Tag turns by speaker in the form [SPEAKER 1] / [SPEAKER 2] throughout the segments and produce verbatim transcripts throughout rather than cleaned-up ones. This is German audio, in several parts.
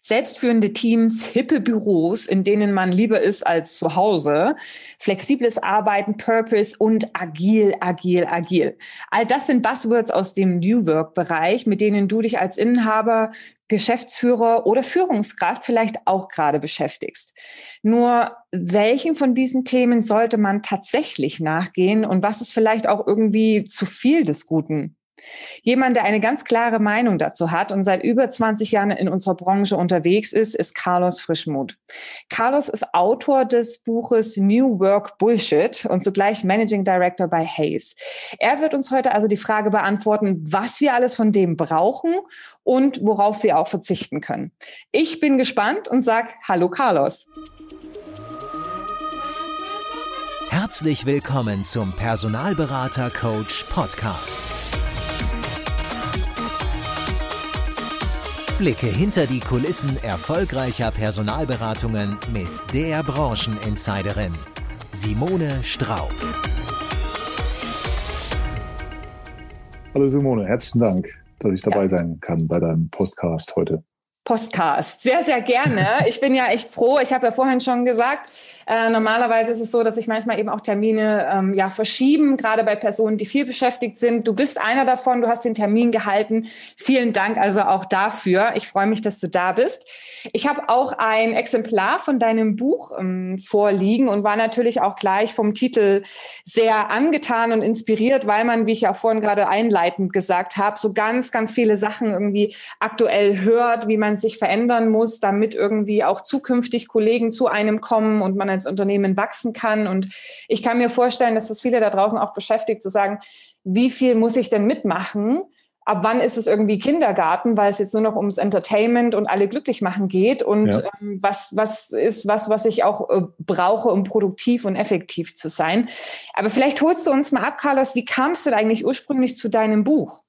[SPEAKER 1] Selbstführende Teams, hippe Büros, in denen man lieber ist als zu Hause, flexibles Arbeiten, Purpose und agil, agil, agil. All das sind Buzzwords aus dem New Work-Bereich, mit denen du dich als Inhaber, Geschäftsführer oder Führungskraft vielleicht auch gerade beschäftigst. Nur welchen von diesen Themen sollte man tatsächlich nachgehen und was ist vielleicht auch irgendwie zu viel des Guten? Jemand, der eine ganz klare Meinung dazu hat und seit über zwanzig Jahren in unserer Branche unterwegs ist, ist Carlos Frischmuth. Carlos ist Autor des Buches New Work Bullshit und zugleich Managing Director bei Hays. Er wird uns heute also die Frage beantworten, was wir alles von dem brauchen und worauf wir auch verzichten können. Ich bin gespannt und sag Hallo Carlos.
[SPEAKER 2] Herzlich willkommen zum Personalberater Coach Podcast. Blicke hinter die Kulissen erfolgreicher Personalberatungen mit der Brancheninsiderin Simone Straub.
[SPEAKER 3] Hallo Simone, herzlichen Dank, dass ich dabei sein kann bei deinem Podcast heute.
[SPEAKER 1] Podcast. Sehr, sehr gerne. Ich bin ja echt froh. Ich habe ja vorhin schon gesagt, äh, normalerweise ist es so, dass sich manchmal eben auch Termine ähm, ja verschieben, gerade bei Personen, die viel beschäftigt sind. Du bist einer davon. Du hast den Termin gehalten. Vielen Dank also auch dafür. Ich freue mich, dass du da bist. Ich habe auch ein Exemplar von deinem Buch ähm, vorliegen und war natürlich auch gleich vom Titel sehr angetan und inspiriert, weil man, wie ich ja vorhin gerade einleitend gesagt habe, so ganz, ganz viele Sachen irgendwie aktuell hört, wie man sich verändern muss, damit irgendwie auch zukünftig Kollegen zu einem kommen und man als Unternehmen wachsen kann. Und ich kann mir vorstellen, dass das viele da draußen auch beschäftigt, zu sagen, wie viel muss ich denn mitmachen? Ab wann ist es irgendwie Kindergarten, weil es jetzt nur noch ums Entertainment und alle glücklich machen geht? Und ja. ähm, was, was ist was, was ich auch äh, brauche, um produktiv und effektiv zu sein? Aber vielleicht holst du uns mal ab, Carlos, wie kamst du denn eigentlich ursprünglich zu deinem Buch?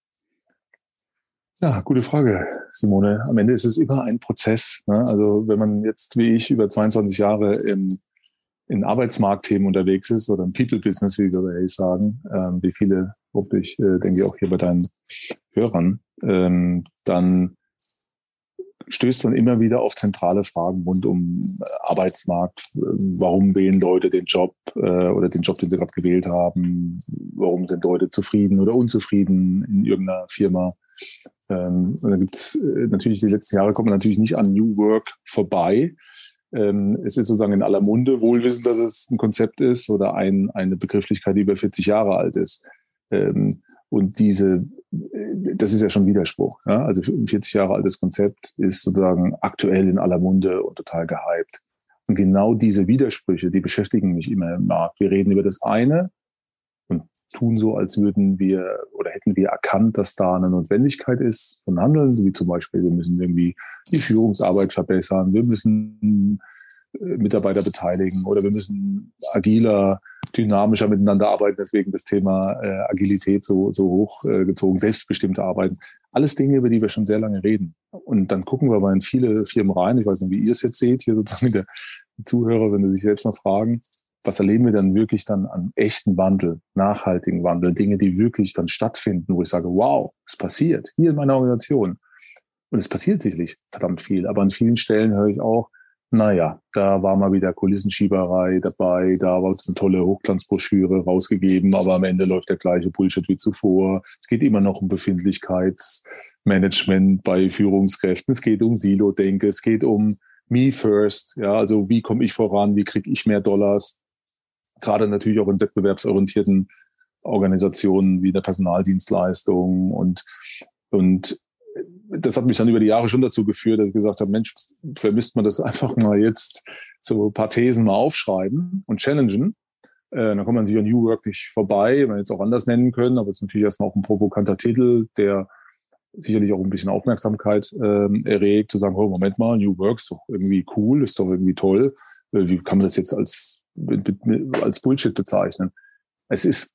[SPEAKER 3] Ja, gute Frage, Simone. Am Ende ist es immer ein Prozess. Ne? Also wenn man jetzt wie ich über zweiundzwanzig Jahre im, in Arbeitsmarktthemen unterwegs ist oder im People-Business, wie wir bei Hays sagen, ähm, wie viele, hoffentlich, äh, denke ich auch hier bei deinen Hörern, ähm, dann stößt man immer wieder auf zentrale Fragen rund um Arbeitsmarkt. Warum wählen Leute den Job äh, oder den Job, den sie gerade gewählt haben? Warum sind Leute zufrieden oder unzufrieden in irgendeiner Firma? Ähm, und da gibt's äh, natürlich, die letzten Jahre kommt man natürlich nicht an New Work vorbei. Ähm, es ist sozusagen in aller Munde, wohl wissend, dass es ein Konzept ist oder ein, eine Begrifflichkeit, die über vierzig Jahre alt ist. Ähm, und diese, das ist ja schon Widerspruch. Ja? Also ein vierzig Jahre altes Konzept ist sozusagen aktuell in aller Munde und total gehypt. Und genau diese Widersprüche, die beschäftigen mich immer im Markt. Wir reden über das eine und tun so, als würden wir oder hätten wir erkannt, dass da eine Notwendigkeit ist von Handeln, so wie zum Beispiel, wir müssen irgendwie die Führungsarbeit verbessern, wir müssen Mitarbeiter beteiligen oder wir müssen agiler, dynamischer miteinander arbeiten, deswegen das Thema äh, Agilität so, so hochgezogen, äh, selbstbestimmte Arbeiten. Alles Dinge, über die wir schon sehr lange reden. Und dann gucken wir mal in viele Firmen rein, ich weiß nicht, wie ihr es jetzt seht, hier sozusagen der Zuhörer, wenn sie sich selbst noch fragen, was erleben wir dann wirklich dann an echten Wandel, nachhaltigen Wandel, Dinge, die wirklich dann stattfinden, wo ich sage, wow, es passiert hier in meiner Organisation. Und es passiert sicherlich verdammt viel, aber an vielen Stellen höre ich auch, naja, da war mal wieder Kulissenschieberei dabei, da war eine tolle Hochglanzbroschüre rausgegeben, aber am Ende läuft der gleiche Bullshit wie zuvor. Es geht immer noch um Befindlichkeitsmanagement bei Führungskräften, es geht um Silo-Denke, es geht um me first, ja, also wie komme ich voran, wie kriege ich mehr Dollars? Gerade natürlich auch in wettbewerbsorientierten Organisationen wie der Personaldienstleistung und, und das hat mich dann über die Jahre schon dazu geführt, dass ich gesagt habe, Mensch, vielleicht müsste man das einfach mal jetzt so ein paar Thesen mal aufschreiben und challengen. Äh, dann kommt man natürlich an New Work nicht vorbei, man jetzt auch anders nennen können, aber es ist natürlich erstmal auch ein provokanter Titel, der sicherlich auch ein bisschen Aufmerksamkeit äh, erregt, zu sagen, oh, Moment mal, New Work ist doch irgendwie cool, ist doch irgendwie toll. Äh, wie kann man das jetzt als, als Bullshit bezeichnen? Es ist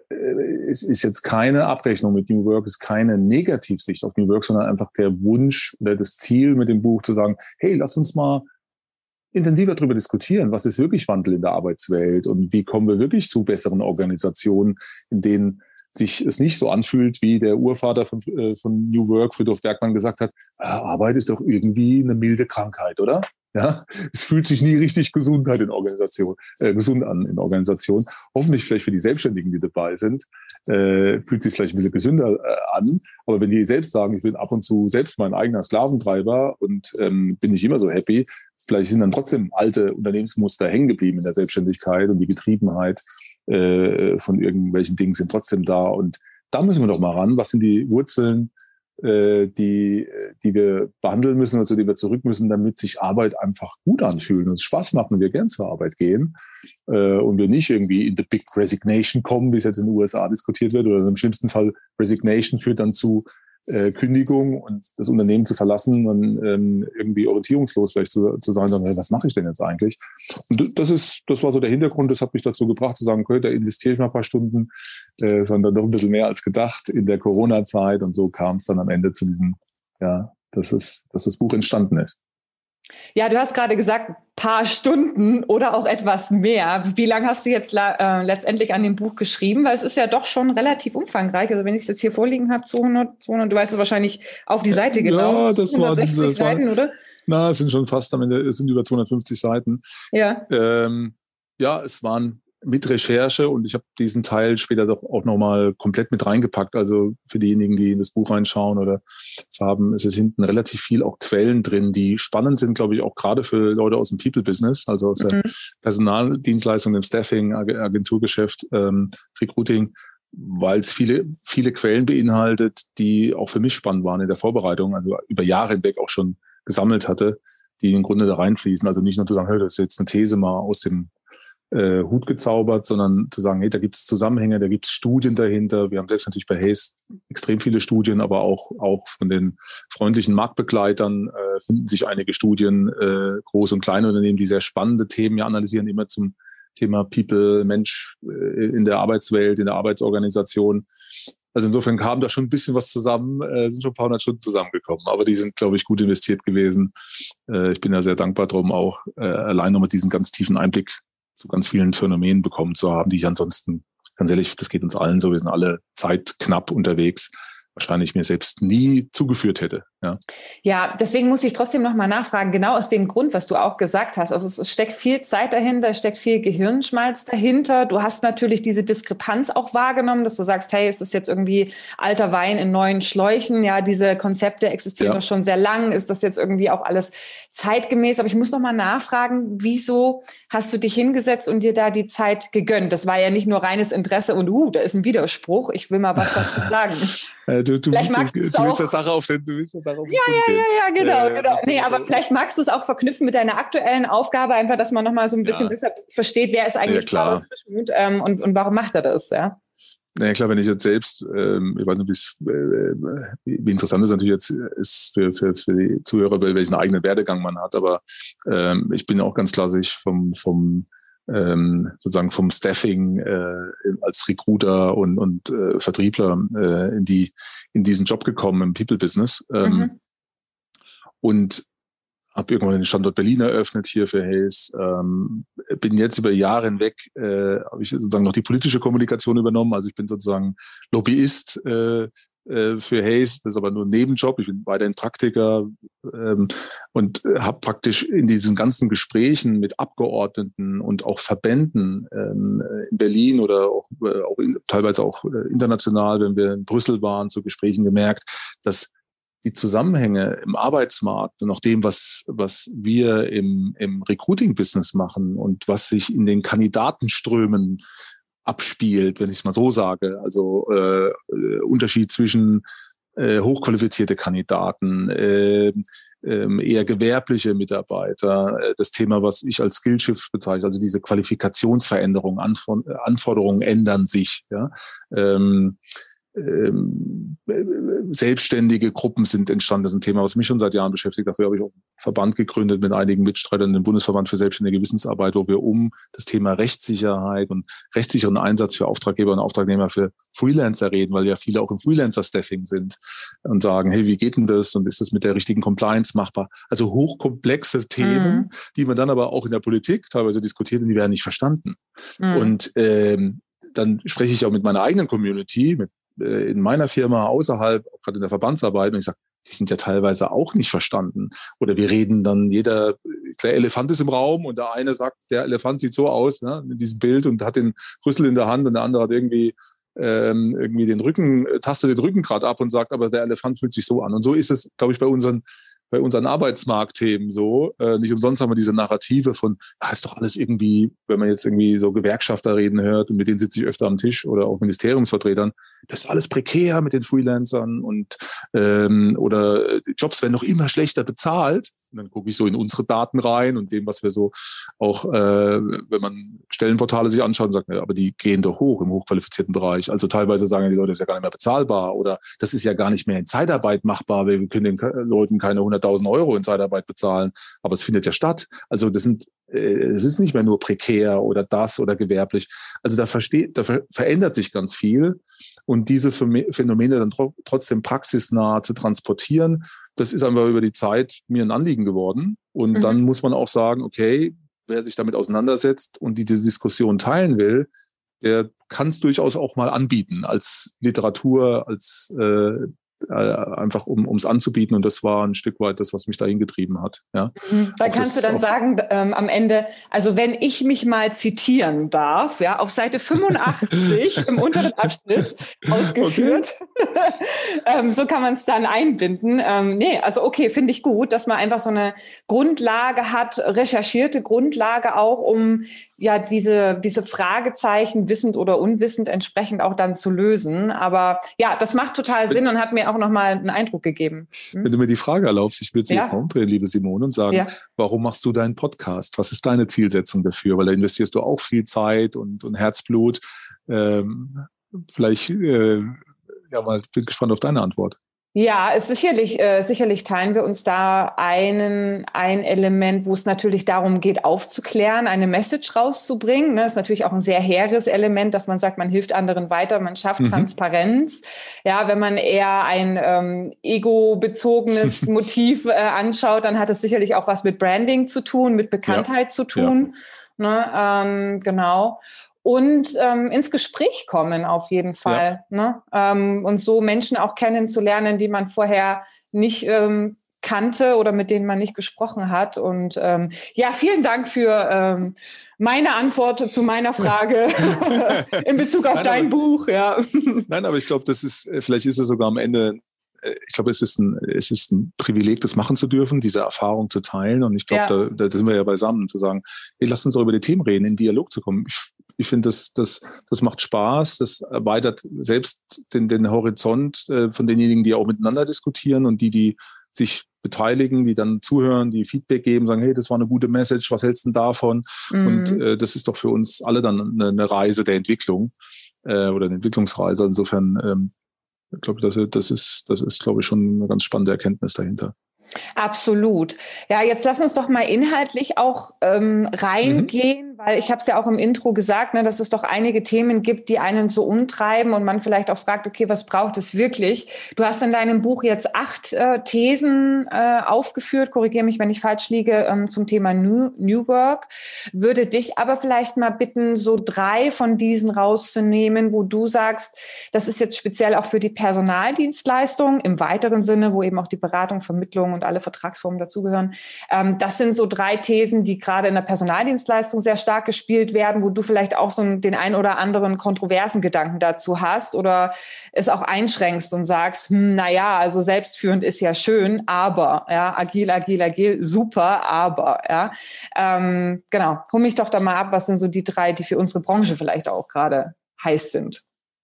[SPEAKER 3] Es ist jetzt keine Abrechnung mit New Work, es ist keine Negativsicht auf New Work, sondern einfach der Wunsch oder das Ziel mit dem Buch zu sagen, hey, lass uns mal intensiver darüber diskutieren, was ist wirklich Wandel in der Arbeitswelt und wie kommen wir wirklich zu besseren Organisationen, in denen sich es nicht so anfühlt, wie der Urvater von, äh, von New Work, Friedhof Bergmann, gesagt hat, ah, Arbeit ist doch irgendwie eine milde Krankheit, oder? Ja, es fühlt sich nie richtig Gesundheit in Organisation, äh, gesund an in Organisation. Hoffentlich vielleicht für die Selbstständigen, die dabei sind, äh, fühlt sich vielleicht ein bisschen gesünder äh, an. Aber wenn die selbst sagen, ich bin ab und zu selbst mein eigener Sklaventreiber und ähm, bin nicht immer so happy, vielleicht sind dann trotzdem alte Unternehmensmuster hängen geblieben in der Selbstständigkeit und die Getriebenheit äh, von irgendwelchen Dingen sind trotzdem da. Und da müssen wir doch mal ran. Was sind die Wurzeln, die, die wir behandeln müssen, also die wir zurück müssen, damit sich Arbeit einfach gut anfühlt und es Spaß macht und wir gern zur Arbeit gehen äh, und wir nicht irgendwie in the big resignation kommen, wie es jetzt in den U S A diskutiert wird, oder im schlimmsten Fall Resignation führt dann zu äh, Kündigung und das Unternehmen zu verlassen und ähm, irgendwie orientierungslos vielleicht zu, zu sein, sondern was mache ich denn jetzt eigentlich? Und das ist, das war so der Hintergrund, das hat mich dazu gebracht zu sagen, okay, da investiere ich mal ein paar Stunden, äh, sondern doch ein bisschen mehr als gedacht in der Corona-Zeit und so kam es dann am Ende zu diesem, ja, dass es, dass das Buch entstanden ist.
[SPEAKER 1] Ja, du hast gerade gesagt, paar Stunden oder auch etwas mehr. Wie lange hast du jetzt äh, letztendlich an dem Buch geschrieben? Weil es ist ja doch schon relativ umfangreich. Also wenn ich es jetzt hier vorliegen habe, zweihundert, zweihundert, du weißt es wahrscheinlich auf die Seite genau.
[SPEAKER 3] Ja, das waren
[SPEAKER 1] hundertsechzig Seiten, war, oder?
[SPEAKER 3] Na, es sind schon fast am Ende, es sind über zweihundertfünfzig Seiten.
[SPEAKER 1] Ja.
[SPEAKER 3] Ähm, ja, es waren mit Recherche und ich habe diesen Teil später doch auch nochmal komplett mit reingepackt. Also für diejenigen, die in das Buch reinschauen oder es haben, es ist hinten relativ viel auch Quellen drin, die spannend sind, glaube ich, auch gerade für Leute aus dem People-Business, also aus mhm. der Personaldienstleistung, dem Staffing, Agenturgeschäft, ähm, Recruiting, weil es viele, viele Quellen beinhaltet, die auch für mich spannend waren in der Vorbereitung, also über Jahre hinweg auch schon gesammelt hatte, die im Grunde da reinfließen. Also nicht nur zu sagen, hey, das ist jetzt eine These mal aus dem Äh, Hut gezaubert, sondern zu sagen, hey, da gibt es Zusammenhänge, da gibt es Studien dahinter. Wir haben selbst natürlich bei Hays extrem viele Studien, aber auch auch von den freundlichen Marktbegleitern äh, finden sich einige Studien, äh, große und kleine Unternehmen, die sehr spannende Themen ja analysieren, immer zum Thema People, Mensch äh, in der Arbeitswelt, in der Arbeitsorganisation. Also insofern kam da schon ein bisschen was zusammen, äh, sind schon ein paar hundert Stunden zusammengekommen, aber die sind, glaube ich, gut investiert gewesen. Äh, ich bin ja sehr dankbar drum, auch äh, allein noch mit diesem ganz tiefen Einblick zu ganz vielen Phänomenen bekommen zu haben, die ich ansonsten, ganz ehrlich, das geht uns allen so, wir sind alle zeitknapp unterwegs, wahrscheinlich mir selbst nie zugeführt hätte. Ja,
[SPEAKER 1] ja, deswegen muss ich trotzdem noch mal nachfragen, genau aus dem Grund, was du auch gesagt hast. Also es, es steckt viel Zeit dahinter, es steckt viel Gehirnschmalz dahinter. Du hast natürlich diese Diskrepanz auch wahrgenommen, dass du sagst, hey, es ist jetzt irgendwie alter Wein in neuen Schläuchen. Ja, diese Konzepte existieren ja doch schon sehr lang. Ist das jetzt irgendwie auch alles zeitgemäß? Aber ich muss noch mal nachfragen, wieso hast du dich hingesetzt und dir da die Zeit gegönnt? Das war ja nicht nur reines Interesse und uh, da ist ein Widerspruch. Ich will mal was dazu sagen.
[SPEAKER 3] du, du,
[SPEAKER 1] vielleicht
[SPEAKER 3] du,
[SPEAKER 1] magst
[SPEAKER 3] du, du willst der Sache auf den, du willst der Sache auf den
[SPEAKER 1] ja,
[SPEAKER 3] Grund
[SPEAKER 1] ja,
[SPEAKER 3] gehen.
[SPEAKER 1] ja, ja, genau,
[SPEAKER 3] äh,
[SPEAKER 1] genau. Nee, aber vielleicht magst du es auch verknüpfen mit deiner aktuellen Aufgabe, einfach, dass man nochmal so ein bisschen ja. besser versteht, wer ist eigentlich
[SPEAKER 3] ja,
[SPEAKER 1] Klaus Frischmuth ähm, und, und warum macht er das, ja?
[SPEAKER 3] Naja, klar, wenn ich jetzt selbst, ähm, ich weiß nicht, äh, wie interessant es natürlich jetzt ist für, für, für die Zuhörer, welchen eigenen Werdegang man hat, aber ähm, ich bin auch ganz klassisch vom, vom ähm, sozusagen vom Staffing äh, als Recruiter und, und äh, Vertriebler äh, in die in diesen Job gekommen im People-Business ähm, mhm. und habe irgendwann den Standort Berlin eröffnet hier für Hays. Ähm, bin jetzt über Jahre hinweg, äh, habe ich sozusagen noch die politische Kommunikation übernommen. Also ich bin sozusagen Lobbyist äh, äh, für Hays. Das ist aber nur ein Nebenjob. Ich bin weiterhin Praktiker ähm, und habe praktisch in diesen ganzen Gesprächen mit Abgeordneten und auch Verbänden ähm, in Berlin oder auch, äh, auch in, teilweise auch äh, international, wenn wir in Brüssel waren, zu Gesprächen gemerkt, dass die Zusammenhänge im Arbeitsmarkt und auch dem, was, was wir im, im Recruiting-Business machen und was sich in den Kandidatenströmen abspielt, wenn ich es mal so sage. Also äh, Unterschied zwischen äh, hochqualifizierte Kandidaten, äh, äh, eher gewerbliche Mitarbeiter, äh, das Thema, was ich als Skillshift bezeichne, also diese Qualifikationsveränderungen, Anfor- Anforderungen ändern sich. Ja. Ähm, selbstständige Gruppen sind entstanden. Das ist ein Thema, was mich schon seit Jahren beschäftigt. Dafür habe ich auch einen Verband gegründet mit einigen Mitstreitern, den Bundesverband für selbstständige Wissensarbeit, wo wir um das Thema Rechtssicherheit und rechtssicheren Einsatz für Auftraggeber und Auftragnehmer für Freelancer reden, weil ja viele auch im Freelancer-Staffing sind und sagen, hey, wie geht denn das und ist das mit der richtigen Compliance machbar? Also hochkomplexe Themen, mhm. die man dann aber auch in der Politik teilweise diskutiert und die werden nicht verstanden. Mhm. Und ähm, dann spreche ich auch mit meiner eigenen Community, mit, äh, in meiner Firma, außerhalb, auch gerade in der Verbandsarbeit, und ich sage, die sind ja teilweise auch nicht verstanden. Oder wir reden dann, jeder, der Elefant ist im Raum und der eine sagt, der Elefant sieht so aus, ne, in diesem Bild und hat den Rüssel in der Hand und der andere hat irgendwie, ähm, irgendwie den Rücken, tastet den Rücken gerade ab und sagt, aber der Elefant fühlt sich so an. Und so ist es, glaube ich, bei unseren bei unseren Arbeitsmarktthemen so. Äh, nicht umsonst haben wir diese Narrative von, ja, ist doch alles irgendwie, wenn man jetzt irgendwie so Gewerkschafter reden hört und mit denen sitze ich öfter am Tisch oder auch Ministeriumsvertretern, das ist alles prekär mit den Freelancern und ähm, oder Jobs werden noch immer schlechter bezahlt. Und dann gucke ich so in unsere Daten rein und dem, was wir so auch, äh, wenn man Stellenportale sich anschaut und sagt, ja, aber die gehen doch hoch im hochqualifizierten Bereich. Also teilweise sagen die Leute, das ist ja gar nicht mehr bezahlbar oder das ist ja gar nicht mehr in Zeitarbeit machbar, weil wir können den Leuten keine hunderttausend Euro in Zeitarbeit bezahlen, aber es findet ja statt. Also das sind, äh, es ist nicht mehr nur prekär oder das oder gewerblich. Also da versteht, da ver- verändert sich ganz viel und diese Phänomene dann tro- trotzdem praxisnah zu transportieren, das ist einfach über die Zeit mir ein Anliegen geworden. Und mhm. dann muss man auch sagen, okay, wer sich damit auseinandersetzt und die, die Diskussion teilen will, der kann es durchaus auch mal anbieten als Literatur, als äh, äh, einfach um es anzubieten. Und das war ein Stück weit das, was mich dahin getrieben hat. Ja.
[SPEAKER 1] Mhm. Da kannst du dann sagen, ähm, am Ende, also wenn ich mich mal zitieren darf, ja, auf Seite fünfundachtzig im unteren Abschnitt ausgeführt, okay. ähm, so kann man es dann einbinden. Ähm, nee, also okay, finde ich gut, dass man einfach so eine Grundlage hat, recherchierte Grundlage auch, um ja diese, diese Fragezeichen, wissend oder unwissend, entsprechend auch dann zu lösen. Aber ja, das macht total Sinn und hat mir auch nochmal einen Eindruck gegeben. Hm?
[SPEAKER 3] Wenn du mir die Frage erlaubst, ich würde sie
[SPEAKER 1] ja.
[SPEAKER 3] jetzt mal umdrehen, liebe Simone, und sagen, ja. warum machst du deinen Podcast? Was ist deine Zielsetzung dafür? Weil da investierst du auch viel Zeit und, und Herzblut. Ähm, vielleicht, äh, ja, mal bin gespannt auf deine Antwort.
[SPEAKER 1] Ja, es sicherlich, äh, sicherlich teilen wir uns da einen, ein Element, wo es natürlich darum geht, aufzuklären, eine Message rauszubringen. Ne, ist natürlich auch ein sehr hehres Element, dass man sagt, man hilft anderen weiter, man schafft mhm. Transparenz. Ja, wenn man eher ein ähm, ego-bezogenes Motiv äh, anschaut, dann hat es sicherlich auch was mit Branding zu tun, mit Bekanntheit ja. zu tun. Ja. Ne, ähm, genau. Und ähm, ins Gespräch kommen auf jeden Fall. Ja. Ne? Ähm, und so Menschen auch kennenzulernen, die man vorher nicht ähm, kannte oder mit denen man nicht gesprochen hat. Und ähm, ja, vielen Dank für ähm, meine Antwort zu meiner Frage in Bezug auf nein, dein aber, Buch. Ja.
[SPEAKER 3] Nein, aber ich glaube, das ist, vielleicht ist es sogar am Ende, ich glaube, es ist ein, es ist ein Privileg, das machen zu dürfen, diese Erfahrung zu teilen. Und ich glaube, ja. da, da sind wir ja beisammen, zu sagen, hey, lass uns doch über die Themen reden, in Dialog zu kommen. Ich, Ich finde, das, das, das macht Spaß, das erweitert selbst den, den Horizont äh, von denjenigen, die auch miteinander diskutieren und die, die sich beteiligen, die dann zuhören, die Feedback geben, sagen, hey, das war eine gute Message, was hältst du denn davon? Mhm. Und äh, das ist doch für uns alle dann eine, eine Reise der Entwicklung äh, oder eine Entwicklungsreise. Insofern, ähm, ich glaube, das, das ist, das ist, glaube ich, schon eine ganz spannende Erkenntnis dahinter.
[SPEAKER 1] Absolut. Ja, jetzt lass uns doch mal inhaltlich auch ähm, reingehen, mhm. weil ich habe es ja auch im Intro gesagt, ne, dass es doch einige Themen gibt, die einen so umtreiben und man vielleicht auch fragt, okay, was braucht es wirklich? Du hast in deinem Buch jetzt acht äh, Thesen äh, aufgeführt, korrigiere mich, wenn ich falsch liege, ähm, zum Thema New, New Work. Würde dich aber vielleicht mal bitten, so drei von diesen rauszunehmen, wo du sagst, das ist jetzt speziell auch für die Personaldienstleistung im weiteren Sinne, wo eben auch die Beratung, Vermittlung und alle Vertragsformen dazugehören. Ähm, das sind so drei Thesen, die gerade in der Personaldienstleistung sehr stark gespielt werden, wo du vielleicht auch so den ein oder anderen kontroversen Gedanken dazu hast oder es auch einschränkst und sagst, hm, naja, also selbstführend ist ja schön, aber, ja, agil, agil, agil, super, aber, ja. Ähm, genau, hol mich doch da mal ab, was sind so die drei, die für unsere Branche vielleicht auch gerade heiß sind.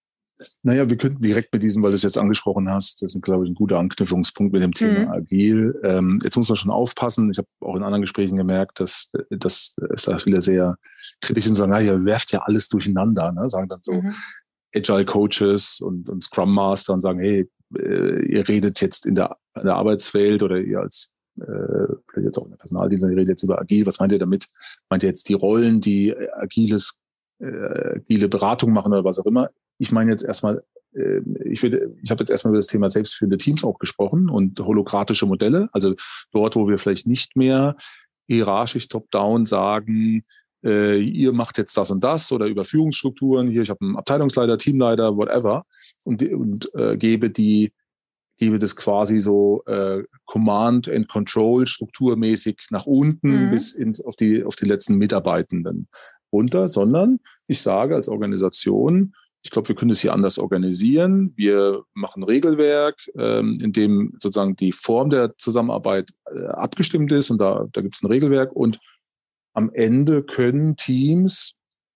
[SPEAKER 3] Naja, wir könnten direkt mit diesem, weil du es jetzt angesprochen hast, das ist, glaube ich, ein guter Anknüpfungspunkt mit dem Thema mhm. Agil. Ähm, jetzt muss man schon aufpassen. Ich habe auch in anderen Gesprächen gemerkt, dass, dass es da viele sehr kritisch sind und sagen, ja, ihr werft ja alles durcheinander. Ne? Sagen dann so mhm. Agile Coaches und, und Scrum Master und sagen, hey, äh, ihr redet jetzt in der, in der Arbeitswelt oder ihr als äh, vielleicht jetzt auch in der Personaldienst, ihr redet jetzt über Agil. Was meint ihr damit? Meint ihr jetzt die Rollen, die agiles, äh, agile Beratung machen oder was auch immer? Ich meine jetzt erstmal, äh, ich würde, ich habe jetzt erstmal über das Thema selbstführende Teams auch gesprochen und holokratische Modelle. Also dort, wo wir vielleicht nicht mehr hierarchisch top-down sagen, äh, ihr macht jetzt das und das oder über Führungsstrukturen, hier, ich habe einen Abteilungsleiter, Teamleiter, whatever, und, und äh, gebe die, gebe das quasi so äh, Command and Control strukturmäßig nach unten mhm. bis ins, auf die, auf die letzten Mitarbeitenden runter, sondern ich sage als Organisation, ich glaube, wir können das hier anders organisieren. Wir machen ein Regelwerk, ähm, in dem sozusagen die Form der Zusammenarbeit äh, abgestimmt ist und da, da gibt es ein Regelwerk und am Ende können Teams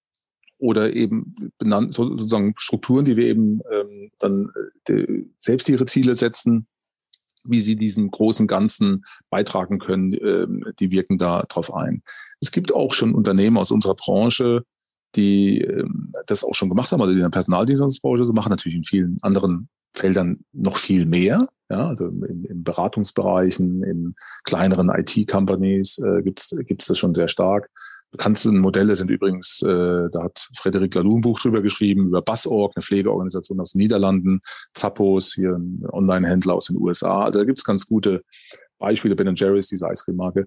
[SPEAKER 3] oder eben benannt, sozusagen Strukturen, die wir eben ähm, dann äh, selbst ihre Ziele setzen, wie sie diesem großen Ganzen beitragen können, äh, die wirken da drauf ein. Es gibt auch schon Unternehmen aus unserer Branche, die ähm, das auch schon gemacht haben, also die in der Personaldienstleistungsbranche so machen, natürlich in vielen anderen Feldern noch viel mehr, ja, also in, in Beratungsbereichen, in kleineren I T-Companies äh, gibt's gibt's das schon sehr stark. Bekannteste Modelle sind übrigens, äh, da hat Frederic Laloux ein Buch drüber geschrieben, über Bassorg, eine Pflegeorganisation aus den Niederlanden, Zappos, hier ein Online-Händler aus den U S A. Also da gibt's ganz gute Beispiele, Ben and Jerry's, diese Eiscreme-Marke.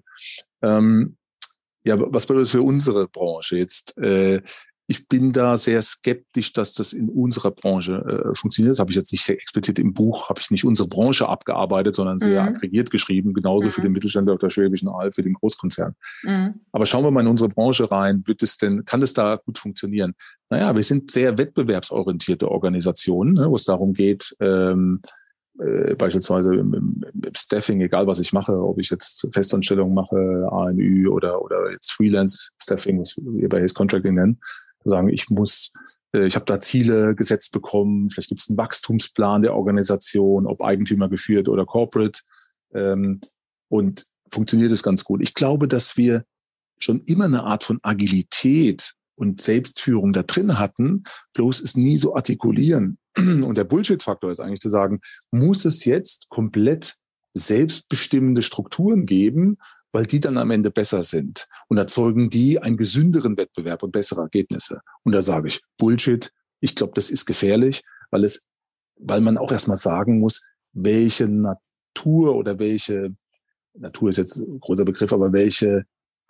[SPEAKER 3] Ähm, ja, was bedeutet das für unsere Branche jetzt? Äh, ich bin da sehr skeptisch, dass das in unserer Branche äh, funktioniert. Das habe ich jetzt nicht sehr explizit im Buch, habe ich nicht unsere Branche abgearbeitet, sondern sehr mhm. aggregiert geschrieben, genauso mhm. für den Mittelständler auf der Schwäbischen Alb, für den Großkonzern. Mhm. Aber schauen wir mal in unsere Branche rein, wird es denn, kann das da gut funktionieren? Naja, wir sind sehr wettbewerbsorientierte Organisationen, ne, wo es darum geht, ähm, äh, beispielsweise im, im, im Staffing, egal was ich mache, ob ich jetzt Festanstellungen mache, A N Ü oder, oder jetzt Freelance-Staffing, was wir bei Hays Contracting nennen, sagen, ich muss, äh, ich habe da Ziele gesetzt bekommen, vielleicht gibt es einen Wachstumsplan der Organisation, ob Eigentümer geführt oder Corporate, ähm, und funktioniert es ganz gut. Ich glaube, dass wir schon immer eine Art von Agilität und Selbstführung da drin hatten, bloß es nie so artikulieren. Und der Bullshit-Faktor ist eigentlich zu sagen, muss es jetzt komplett selbstbestimmende Strukturen geben, weil die dann am Ende besser sind und erzeugen die einen gesünderen Wettbewerb und bessere Ergebnisse. Und da sage ich, Bullshit, ich glaube, das ist gefährlich, weil es, weil man auch erstmal sagen muss, welche Natur oder welche, Natur ist jetzt ein großer Begriff, aber welche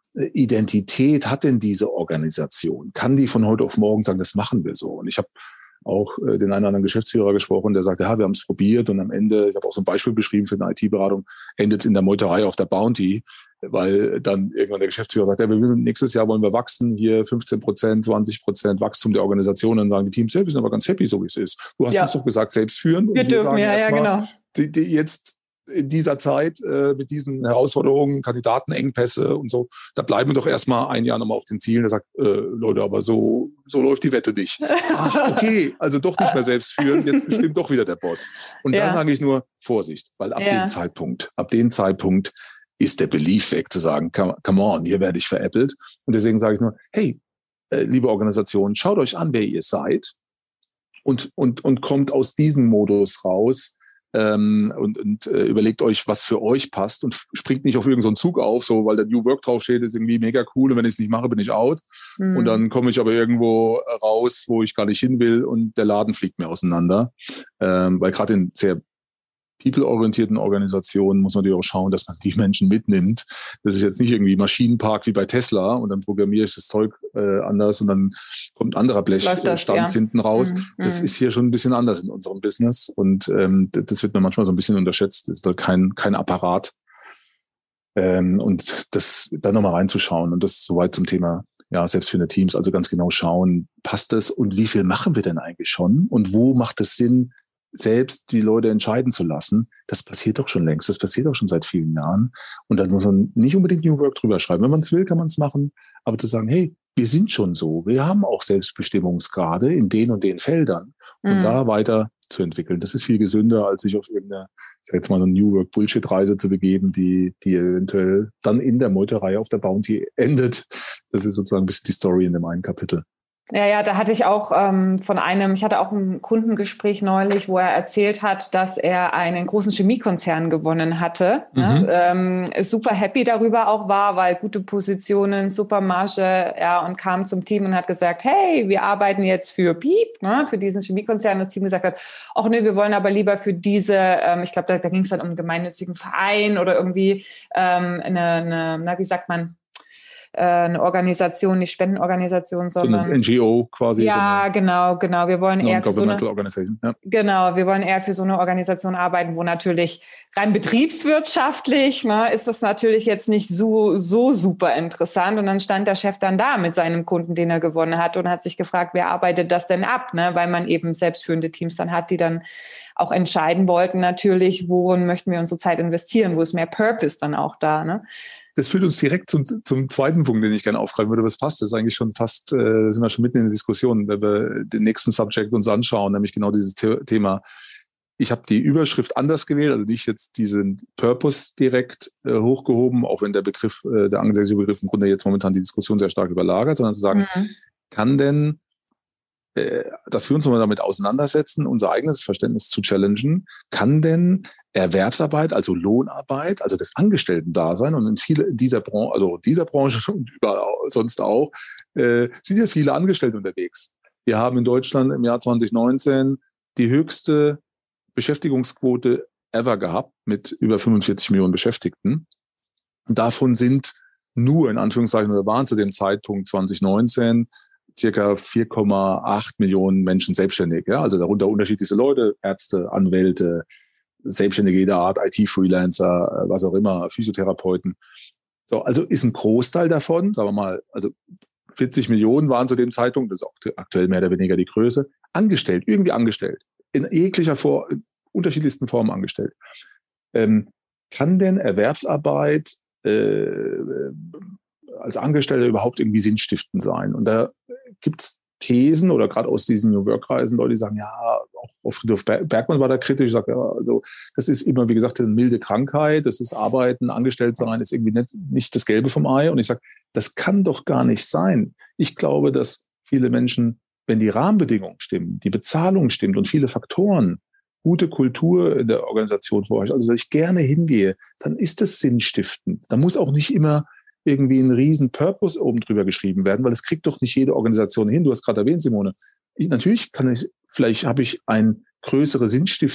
[SPEAKER 3] Identität hat denn diese Organisation? Kann die von heute auf morgen sagen, das machen wir so? Und ich habe auch äh, den einen oder anderen Geschäftsführer gesprochen, der sagte, ja, wir haben es probiert und am Ende, ich habe auch so ein Beispiel beschrieben für eine I T-Beratung, endet es in der Meuterei auf der Bounty, weil dann irgendwann der Geschäftsführer sagt, ja, wir will, nächstes Jahr wollen wir wachsen, hier fünfzehn Prozent, zwanzig Prozent Wachstum der Organisation, und dann sagen die Teams, ja, wir sind aber ganz happy, so wie es ist. Du hast ja uns doch gesagt, selbst führen.
[SPEAKER 1] Wir dürfen, ja, ja, genau.
[SPEAKER 3] Die, die jetzt in dieser Zeit äh, mit diesen Herausforderungen, Kandidatenengpässe und so, da bleiben wir doch erstmal ein Jahr nochmal auf den Zielen. Der sagt, äh, Leute, aber so so läuft die Wette nicht. Ach, okay, also doch nicht mehr selbst führen, jetzt bestimmt doch wieder der Boss. Und ja. dann sage ich nur, Vorsicht, weil ab ja. dem Zeitpunkt, ab dem Zeitpunkt ist der Belief weg, zu sagen, come, come on, hier werde ich veräppelt. Und deswegen sage ich nur, hey, äh, liebe Organisation, schaut euch an, wer ihr seid und und und kommt aus diesem Modus raus, Ähm, und, und äh, überlegt euch, was für euch passt und springt nicht auf irgendeinen so Zug auf, so weil der New Work draufsteht, ist irgendwie mega cool und wenn ich es nicht mache, bin ich out. Mhm. Und dann komme ich aber irgendwo raus, wo ich gar nicht hin will und der Laden fliegt mir auseinander. Ähm, weil gerade in sehr people-orientierten Organisationen muss man natürlich auch schauen, dass man die Menschen mitnimmt. Das ist jetzt nicht irgendwie Maschinenpark wie bei Tesla und dann programmiere ich das Zeug äh, anders und dann kommt ein anderer Blechstanz ja. hinten raus. Mhm. Das ist hier schon ein bisschen anders in unserem Business und ähm, das wird mir manchmal so ein bisschen unterschätzt. Das ist da kein, kein Apparat. Ähm, und das dann nochmal reinzuschauen und das soweit zum Thema ja, selbstführende Teams, also ganz genau schauen, passt das und wie viel machen wir denn eigentlich schon und wo macht es Sinn, selbst die Leute entscheiden zu lassen, das passiert doch schon längst, das passiert doch schon seit vielen Jahren. Und dann muss man nicht unbedingt New Work drüber schreiben. Wenn man es will, kann man es machen. Aber zu sagen, hey, wir sind schon so, wir haben auch Selbstbestimmungsgrade in den und den Feldern. Und mhm. da weiter zu entwickeln, das ist viel gesünder, als sich auf irgendeine, ich sag jetzt mal, eine New Work Bullshit-Reise zu begeben, die, die eventuell dann in der Meuterei auf der Bounty endet. Das ist sozusagen ein bisschen die Story in dem einen Kapitel.
[SPEAKER 1] Ja, ja, da hatte ich auch ähm, von einem, ich hatte auch ein Kundengespräch neulich, wo er erzählt hat, dass er einen großen Chemiekonzern gewonnen hatte. Mhm. Ne? Ähm, super happy darüber auch war, weil gute Positionen, super Marge, ja, und kam zum Team und hat gesagt, hey, wir arbeiten jetzt für Piep, ne, für diesen Chemiekonzern. Das Team gesagt hat, ach nee, wir wollen aber lieber für diese, ähm, ich glaube, da, da ging es dann um einen gemeinnützigen Verein oder irgendwie ähm, eine, eine, na, wie sagt man, äh, eine Organisation, nicht Spendenorganisation, sondern...
[SPEAKER 3] So eine N G O quasi.
[SPEAKER 1] Ja,
[SPEAKER 3] so
[SPEAKER 1] genau, genau. Wir wollen eher für so eine...
[SPEAKER 3] Organisation, ja.
[SPEAKER 1] Genau, wir wollen eher für so eine Organisation arbeiten, wo natürlich rein betriebswirtschaftlich, ne, ist das natürlich jetzt nicht so, so super interessant. Und dann stand der Chef dann da mit seinem Kunden, den er gewonnen hat und hat sich gefragt, wer arbeitet das denn ab, ne? Weil man eben selbstführende Teams dann hat, die dann auch entscheiden wollten natürlich, worin möchten wir unsere Zeit investieren, wo ist mehr Purpose dann auch da, ne?
[SPEAKER 3] Das führt uns direkt zum, zum zweiten Punkt, den ich gerne aufgreifen würde. Was passt? Das ist eigentlich schon fast, äh, sind wir schon mitten in der Diskussion, wenn wir den nächsten Subject uns anschauen, nämlich genau dieses The- Thema. Ich habe die Überschrift anders gewählt, also nicht jetzt diesen Purpose direkt äh, hochgehoben, auch wenn der Begriff, äh, der angelsächsische Begriff im Grunde jetzt momentan die Diskussion sehr stark überlagert, sondern zu sagen, mhm. kann denn, äh, dass wir uns nochmal damit auseinandersetzen, unser eigenes Verständnis zu challengen, kann denn Erwerbsarbeit, also Lohnarbeit, also das Angestellten-Dasein und in viele dieser Branche, also dieser Branche und überall sonst auch, äh, sind ja viele Angestellte unterwegs. Wir haben in Deutschland im Jahr zwanzig neunzehn die höchste Beschäftigungsquote ever gehabt mit über fünfundvierzig Millionen Beschäftigten. Und davon sind nur, in Anführungszeichen, oder waren zu dem Zeitpunkt zwanzig neunzehn circa vier Komma acht Millionen Menschen selbstständig. Ja? Also darunter unterschiedlichste Leute, Ärzte, Anwälte, Selbstständige jeder Art, I T-Freelancer, was auch immer, Physiotherapeuten. So, also ist ein Großteil davon, sagen wir mal, also vierzig Millionen waren zu dem Zeitpunkt, das ist auch aktuell mehr oder weniger die Größe, angestellt, irgendwie angestellt, in jeglicher Form, in unterschiedlichsten Formen angestellt. Ähm, kann denn Erwerbsarbeit äh, als Angestellter überhaupt irgendwie sinnstiftend sein? Und da gibt's Thesen oder gerade aus diesen New Work-Kreisen Leute, die sagen, ja, auch Friedhof Bergmann war da kritisch, sagt, ja, also das ist immer, wie gesagt, eine milde Krankheit, das ist Arbeiten, angestellt sein, ist irgendwie nicht, nicht das Gelbe vom Ei. Und ich sage, das kann doch gar nicht sein. Ich glaube, dass viele Menschen, wenn die Rahmenbedingungen stimmen, die Bezahlung stimmt und viele Faktoren, gute Kultur in der Organisation vorherrscht, also dass ich gerne hingehe, dann ist das sinnstiftend. Da muss auch nicht immer irgendwie ein riesen Purpose oben drüber geschrieben werden, weil das kriegt doch nicht jede Organisation hin. Du hast gerade erwähnt, Simone. Ich, natürlich kann ich, vielleicht habe ich einen größeren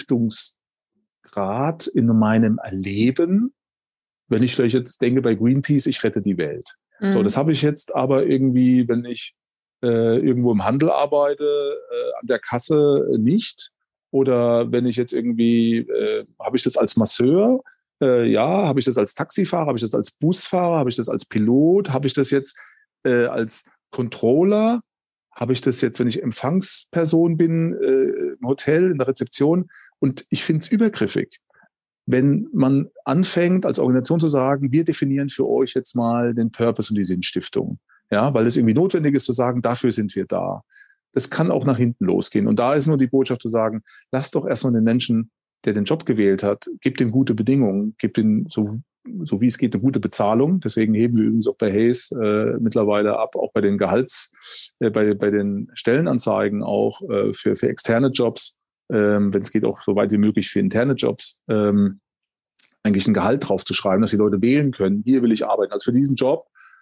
[SPEAKER 3] Sinnstiftungsgrad in meinem Erleben, wenn ich vielleicht jetzt denke bei Greenpeace, ich rette die Welt. Mhm. So, das habe ich jetzt aber irgendwie, wenn ich äh, irgendwo im Handel arbeite, äh, an der Kasse nicht. Oder wenn ich jetzt irgendwie, äh, habe ich das als Masseur? Äh, ja, habe ich das als Taxifahrer, habe ich das als Busfahrer, habe ich das als Pilot, habe ich das jetzt äh, als Controller, habe ich das jetzt, wenn ich Empfangsperson bin, äh, im Hotel, in der Rezeption. Und ich finde es übergriffig, wenn man anfängt, als Organisation zu sagen, wir definieren für euch jetzt mal den Purpose und die Sinnstiftung. Ja, weil es irgendwie notwendig ist zu sagen, dafür sind wir da. Das kann auch nach hinten losgehen. Und da ist nur die Botschaft zu sagen, lasst doch erstmal den Menschen, der den Job gewählt hat, gibt ihm gute Bedingungen, gibt ihm so, so wie es geht eine gute Bezahlung. Deswegen heben wir übrigens auch bei Hayes äh, mittlerweile ab, auch bei den Gehalts, äh, bei, bei den Stellenanzeigen auch äh, für, für externe Jobs, ähm, wenn es geht auch so weit wie möglich für interne Jobs, ähm, eigentlich ein Gehalt drauf zu schreiben, dass die Leute wählen können, hier will ich arbeiten. Also für diesen Job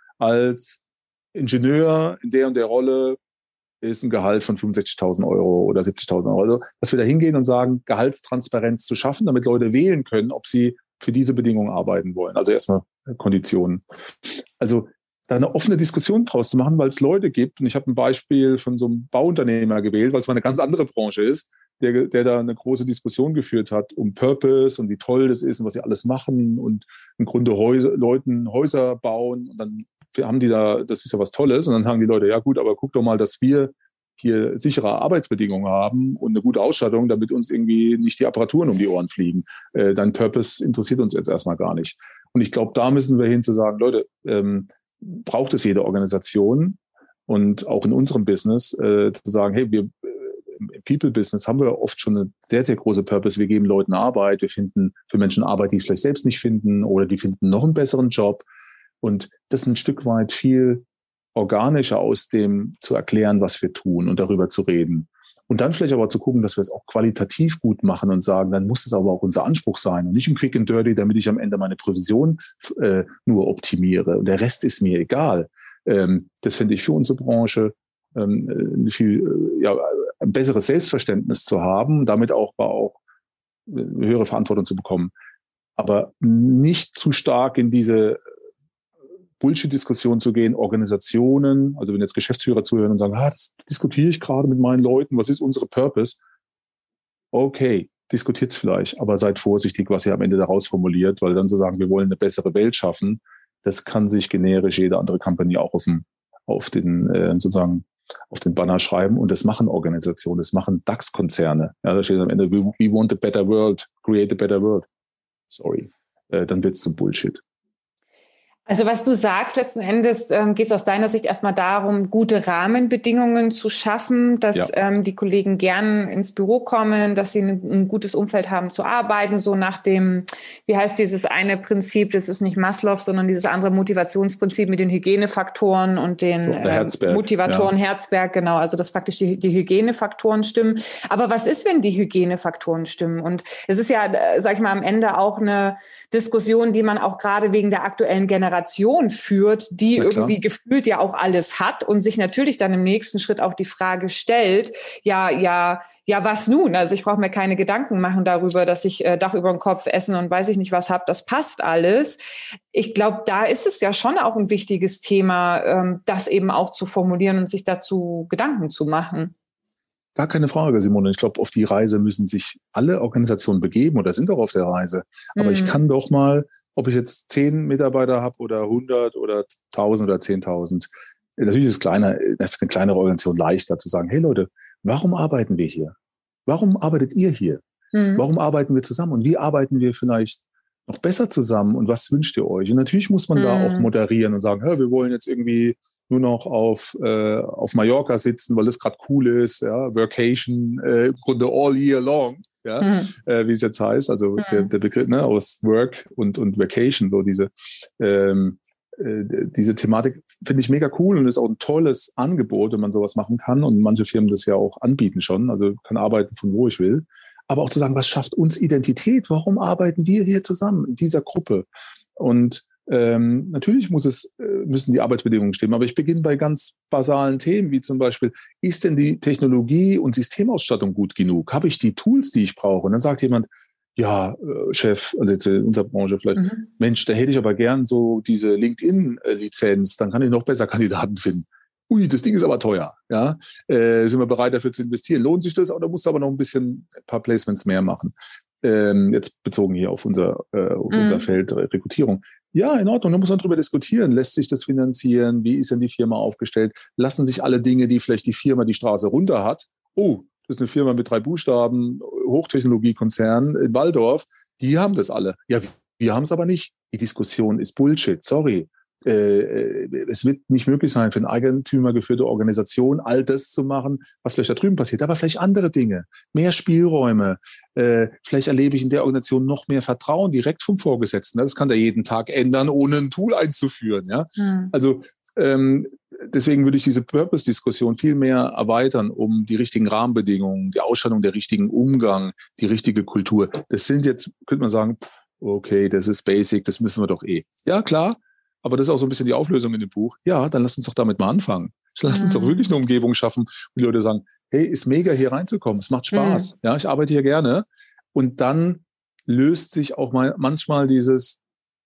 [SPEAKER 3] als Ingenieur in der und der Rolle ist ein Gehalt von fünfundsechzigtausend Euro oder siebzigtausend Euro. Also, dass wir da hingehen und sagen, Gehaltstransparenz zu schaffen, damit Leute wählen können, ob sie für diese Bedingungen arbeiten wollen. Also erstmal Konditionen. Also da eine offene Diskussion draus zu machen, weil es Leute gibt. Und ich habe ein Beispiel von so einem Bauunternehmer gewählt, weil es mal eine ganz andere Branche ist, der, der da eine große Diskussion geführt hat um Purpose und wie toll das ist und was sie alles machen und im Grunde Häuser, Leuten Häuser bauen. Und dann haben die da, das ist ja was Tolles. Und dann sagen die Leute, ja gut, aber guck doch mal, dass wir hier sichere Arbeitsbedingungen haben und eine gute Ausstattung, damit uns irgendwie nicht die Apparaturen um die Ohren fliegen. Äh, dein Purpose interessiert uns jetzt erstmal gar nicht. Und ich glaube, da müssen wir hin zu sagen, Leute, ähm, braucht es jede Organisation und auch in unserem Business äh, zu sagen, hey, wir im People-Business haben wir oft schon eine sehr, sehr große Purpose. Wir geben Leuten Arbeit, wir finden für Menschen Arbeit, die es vielleicht selbst nicht finden oder die finden noch einen besseren Job. Und das ist ein Stück weit viel organischer aus dem zu erklären, was wir tun und darüber zu reden. Und dann vielleicht aber zu gucken, dass wir es auch qualitativ gut machen und sagen, dann muss es aber auch unser Anspruch sein und nicht im Quick and Dirty, damit ich am Ende meine Provision äh, nur optimiere. Und der Rest ist mir egal. Ähm, das finde ich für unsere Branche ähm, viel, äh, ja, ein besseres Selbstverständnis zu haben, damit auch, auch eine höhere Verantwortung zu bekommen. Aber nicht zu stark in diese Bullshit-Diskussionen zu gehen, Organisationen, also wenn jetzt Geschäftsführer zuhören und sagen, ah, das diskutiere ich gerade mit meinen Leuten, was ist unsere Purpose? Okay, diskutiert es vielleicht, aber seid vorsichtig, was ihr am Ende daraus formuliert, weil dann zu sagen, wir wollen eine bessere Welt schaffen, das kann sich generisch jede andere Company auch auf den, auf den äh, sozusagen auf den Banner schreiben, und das machen Organisationen, das machen DAX-Konzerne. Ja, da steht am Ende, we, we want a better world, create a better world. Sorry, äh, dann wird es zum Bullshit.
[SPEAKER 1] Also was du sagst, letzten Endes ähm, geht es aus deiner Sicht erstmal darum, gute Rahmenbedingungen zu schaffen, dass ja. ähm, die Kollegen gern ins Büro kommen, dass sie ein, ein gutes Umfeld haben zu arbeiten, so nach dem, wie heißt dieses eine Prinzip, das ist nicht Maslow, sondern dieses andere Motivationsprinzip mit den Hygienefaktoren und den so, äh, Motivatoren, ja. Herzberg, genau, also dass praktisch die, die Hygienefaktoren stimmen. Aber was ist, wenn die Hygienefaktoren stimmen? Und es ist ja, äh, sag ich mal, am Ende auch eine Diskussion, die man auch gerade wegen der aktuellen Generation führt, die irgendwie gefühlt ja auch alles hat und sich natürlich dann im nächsten Schritt auch die Frage stellt, ja, ja, ja, was nun? Also ich brauche mir keine Gedanken machen darüber, dass ich äh, Dach über den Kopf, Essen und weiß ich nicht was habe, das passt alles. Ich glaube, da ist es ja schon auch ein wichtiges Thema, ähm, das eben auch zu formulieren und sich dazu Gedanken zu machen.
[SPEAKER 3] Gar keine Frage, Simone. Ich glaube, auf die Reise müssen sich alle Organisationen begeben oder sind auch auf der Reise. Aber mhm. ich kann doch mal, ob ich jetzt zehn Mitarbeiter habe oder hundert oder tausend oder zehntausend, natürlich ist es kleiner, eine kleinere Organisation leichter zu sagen, hey Leute, warum arbeiten wir hier? Warum arbeitet ihr hier? Mhm. Warum arbeiten wir zusammen? Und wie arbeiten wir vielleicht noch besser zusammen? Und was wünscht ihr euch? Und natürlich muss man mhm. da auch moderieren und sagen, hey, wir wollen jetzt irgendwie nur noch auf äh, auf Mallorca sitzen, weil es gerade cool ist, ja, Workation, äh, im Grunde all year long, ja, mhm. äh, wie es jetzt heißt, also mhm. der, der Begriff, ne, aus Work und und Vacation, so diese ähm, äh, diese Thematik finde ich mega cool und ist auch ein tolles Angebot, wenn man sowas machen kann, und manche Firmen das ja auch anbieten schon, also kann arbeiten von wo ich will, aber auch zu sagen, was schafft uns Identität? Warum arbeiten wir hier zusammen in dieser Gruppe? Und Ähm, natürlich muss es, müssen die Arbeitsbedingungen stimmen, aber ich beginne bei ganz basalen Themen, wie zum Beispiel, ist denn die Technologie und Systemausstattung gut genug? Habe ich die Tools, die ich brauche? Und dann sagt jemand, ja, äh, Chef, also jetzt in unserer Branche vielleicht, mhm. Mensch, da hätte ich aber gern so diese LinkedIn-Lizenz, dann kann ich noch besser Kandidaten finden. Ui, das Ding ist aber teuer, ja. Äh, sind wir bereit dafür zu investieren? Lohnt sich das? Oder musst du aber noch ein bisschen, ein paar Placements mehr machen? Ähm, jetzt bezogen hier auf unser, äh, auf mhm. unser Feld äh, Rekrutierung. Ja, in Ordnung, da muss man drüber diskutieren. Lässt sich das finanzieren? Wie ist denn die Firma aufgestellt? Lassen sich alle Dinge, die vielleicht die Firma die Straße runter hat, oh, das ist eine Firma mit drei Buchstaben, Hochtechnologiekonzern in Walldorf, die haben das alle. Ja, wir haben es aber nicht. Die Diskussion ist Bullshit, sorry. Äh, es wird nicht möglich sein, für eine eigentümergeführte Organisation all das zu machen, was vielleicht da drüben passiert, aber vielleicht andere Dinge, mehr Spielräume. Äh, vielleicht erlebe ich in der Organisation noch mehr Vertrauen direkt vom Vorgesetzten. Das kann der jeden Tag ändern, ohne ein Tool einzuführen. Ja? Mhm. Also ähm, deswegen würde ich diese Purpose-Diskussion viel mehr erweitern, um die richtigen Rahmenbedingungen, die Ausstattung, der richtigen Umgang, die richtige Kultur. Das sind jetzt, könnte man sagen, okay, das ist basic, das müssen wir doch eh. Ja, klar. Aber das ist auch so ein bisschen die Auflösung in dem Buch. Ja, dann lass uns doch damit mal anfangen. Lass uns doch wirklich eine Umgebung schaffen, wo die Leute sagen, hey, ist mega hier reinzukommen. Es macht Spaß. Mhm. Ja, ich arbeite hier gerne. Und dann löst sich auch mal manchmal dieses,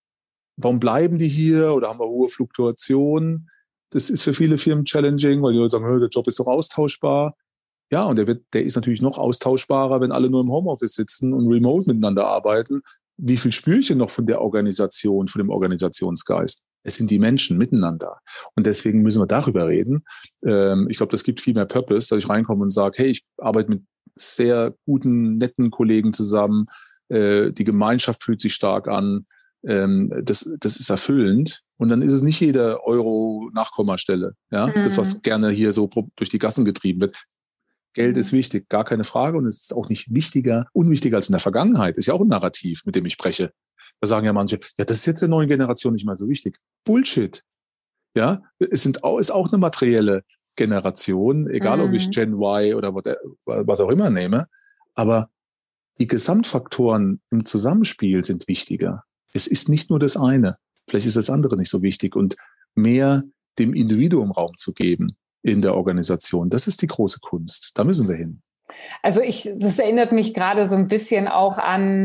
[SPEAKER 3] warum bleiben die hier? Oder haben wir hohe Fluktuationen? Das ist für viele Firmen challenging, weil die Leute sagen, der Job ist doch austauschbar. Ja, und der wird, der ist natürlich noch austauschbarer, wenn alle nur im Homeoffice sitzen und remote miteinander arbeiten. Wie viel spüre ich denn noch von der Organisation, von dem Organisationsgeist? Es sind die Menschen miteinander. Und deswegen müssen wir darüber reden. Ähm, ich glaube, das gibt viel mehr Purpose, dass ich reinkomme und sage, hey, ich arbeite mit sehr guten, netten Kollegen zusammen. Äh, die Gemeinschaft fühlt sich stark an. Ähm, das, das ist erfüllend. Und dann ist es nicht jeder Euro Nachkommastelle. Ja? Mhm. Das, was gerne hier so durch die Gassen getrieben wird. Geld ist wichtig, gar keine Frage. Und es ist auch nicht wichtiger, unwichtiger als in der Vergangenheit. Ist ja auch ein Narrativ, mit dem ich spreche. Da sagen ja manche, ja, das ist jetzt der neuen Generation nicht mehr so wichtig. Bullshit. Ja, es sind auch, ist auch eine materielle Generation, egal mhm. ob ich Gen Y oder was auch immer nehme. Aber die Gesamtfaktoren im Zusammenspiel sind wichtiger. Es ist nicht nur das eine. Vielleicht ist das andere nicht so wichtig. Und mehr dem Individuum Raum zu geben in der Organisation, das ist die große Kunst. Da müssen wir hin.
[SPEAKER 1] Also ich, das erinnert mich gerade so ein bisschen auch an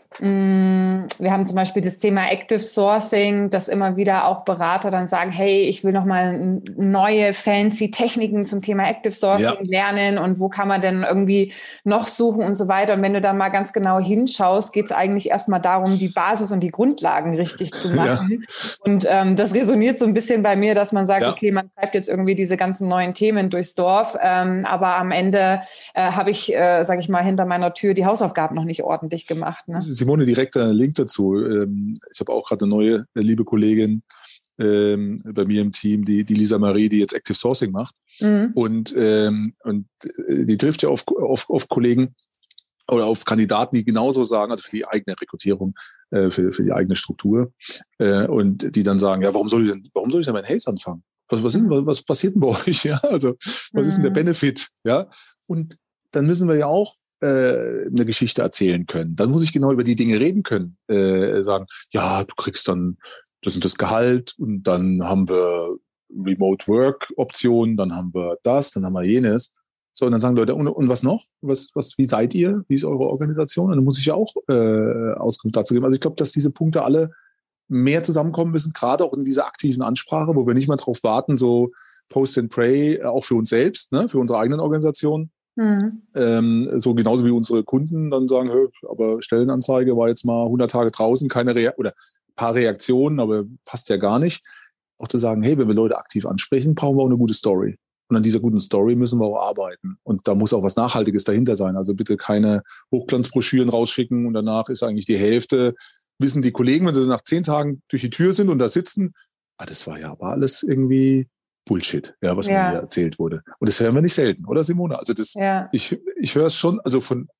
[SPEAKER 1] Wir haben zum Beispiel das Thema Active Sourcing, dass immer wieder auch Berater dann sagen, hey, ich will nochmal neue fancy Techniken zum Thema Active Sourcing ja. lernen und wo kann man denn irgendwie noch suchen und so weiter. Und wenn du da mal ganz genau hinschaust, geht es eigentlich erstmal darum, die Basis und die Grundlagen richtig zu machen. Ja. Und ähm, das resoniert so ein bisschen bei mir, dass man sagt, ja. okay, man treibt jetzt irgendwie diese ganzen neuen Themen durchs Dorf, ähm, aber am Ende äh, habe ich, äh, sage ich mal, hinter meiner Tür die Hausaufgaben noch nicht ordentlich gemacht. Ne?
[SPEAKER 3] Simone, direkt ein Link dazu. Ich habe auch gerade eine neue liebe Kollegin ähm, bei mir im Team, die, die Lisa Marie, die jetzt Active Sourcing macht. Mhm. Und, ähm, und die trifft ja auf, auf, auf Kollegen oder auf Kandidaten, die genauso sagen, also für die eigene Rekrutierung, äh, für, für die eigene Struktur. Äh, und die dann sagen, ja, warum soll ich denn, warum soll ich denn mein Haze anfangen? Was, was, sind, was passiert denn bei euch? Ja, also was mhm. ist denn der Benefit? Ja, und dann müssen wir ja auch eine Geschichte erzählen können. Dann muss ich genau über die Dinge reden können. Äh, sagen, ja, du kriegst dann das und das Gehalt und dann haben wir Remote Work Optionen, dann haben wir das, dann haben wir jenes. So, und dann sagen Leute, und, und was noch? Was, was, wie seid ihr? Wie ist eure Organisation? Und dann muss ich ja auch äh, Auskunft dazu geben. Also ich glaube, dass diese Punkte alle mehr zusammenkommen müssen, gerade auch in dieser aktiven Ansprache, wo wir nicht mal drauf warten, so Post and Pray, auch für uns selbst, ne, für unsere eigenen Organisationen. Mhm. Ähm, so genauso wie unsere Kunden dann sagen, hör, aber Stellenanzeige war jetzt mal hundert Tage draußen, keine Rea- oder ein paar Reaktionen, aber passt ja gar nicht. Auch zu sagen, hey, wenn wir Leute aktiv ansprechen, brauchen wir auch eine gute Story. Und an dieser guten Story müssen wir auch arbeiten. Und da muss auch was Nachhaltiges dahinter sein. Also bitte keine Hochglanzbroschüren rausschicken und danach ist eigentlich die Hälfte, wissen die Kollegen, wenn sie nach zehn Tagen durch die Tür sind und da sitzen, ah, das war ja aber alles irgendwie Bullshit, ja, was ja. mir hier erzählt wurde. Und das hören wir nicht selten, oder Simone? Also das, ja. ich, ich höre es schon, also von,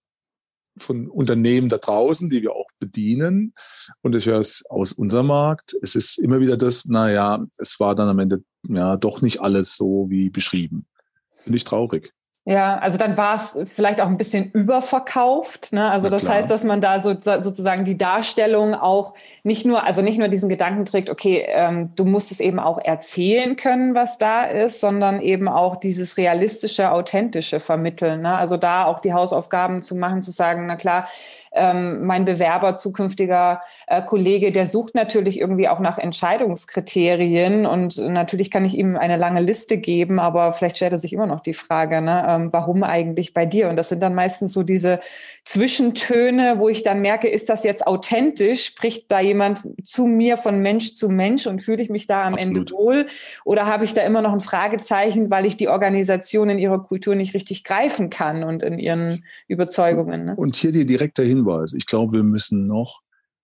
[SPEAKER 3] von Unternehmen da draußen, die wir auch bedienen. Und ich höre es aus unserem Markt. Es ist immer wieder das, naja, es war dann am Ende ja doch nicht alles so wie beschrieben. Finde ich traurig.
[SPEAKER 1] Ja, also dann war es vielleicht auch ein bisschen überverkauft, ne? Also das heißt, dass man da so, sozusagen die Darstellung auch nicht nur, also nicht nur diesen Gedanken trägt, okay, ähm, du musst es eben auch erzählen können, was da ist, sondern eben auch dieses realistische, authentische vermitteln, ne? Also da auch die Hausaufgaben zu machen, zu sagen, na klar, ähm, mein Bewerber, zukünftiger äh, Kollege, der sucht natürlich irgendwie auch nach Entscheidungskriterien und natürlich kann ich ihm eine lange Liste geben, aber vielleicht stellt er sich immer noch die Frage, ne, ähm, warum eigentlich bei dir? Und das sind dann meistens so diese Zwischentöne, wo ich dann merke, ist das jetzt authentisch? Spricht da jemand zu mir von Mensch zu Mensch und fühle ich mich da am Absolut. Ende wohl? Oder habe ich da immer noch ein Fragezeichen, weil ich die Organisation in ihrer Kultur nicht richtig greifen kann und in ihren Überzeugungen? Ne?
[SPEAKER 3] Und hier die direkte Hinweis. Ich glaube, wir müssen noch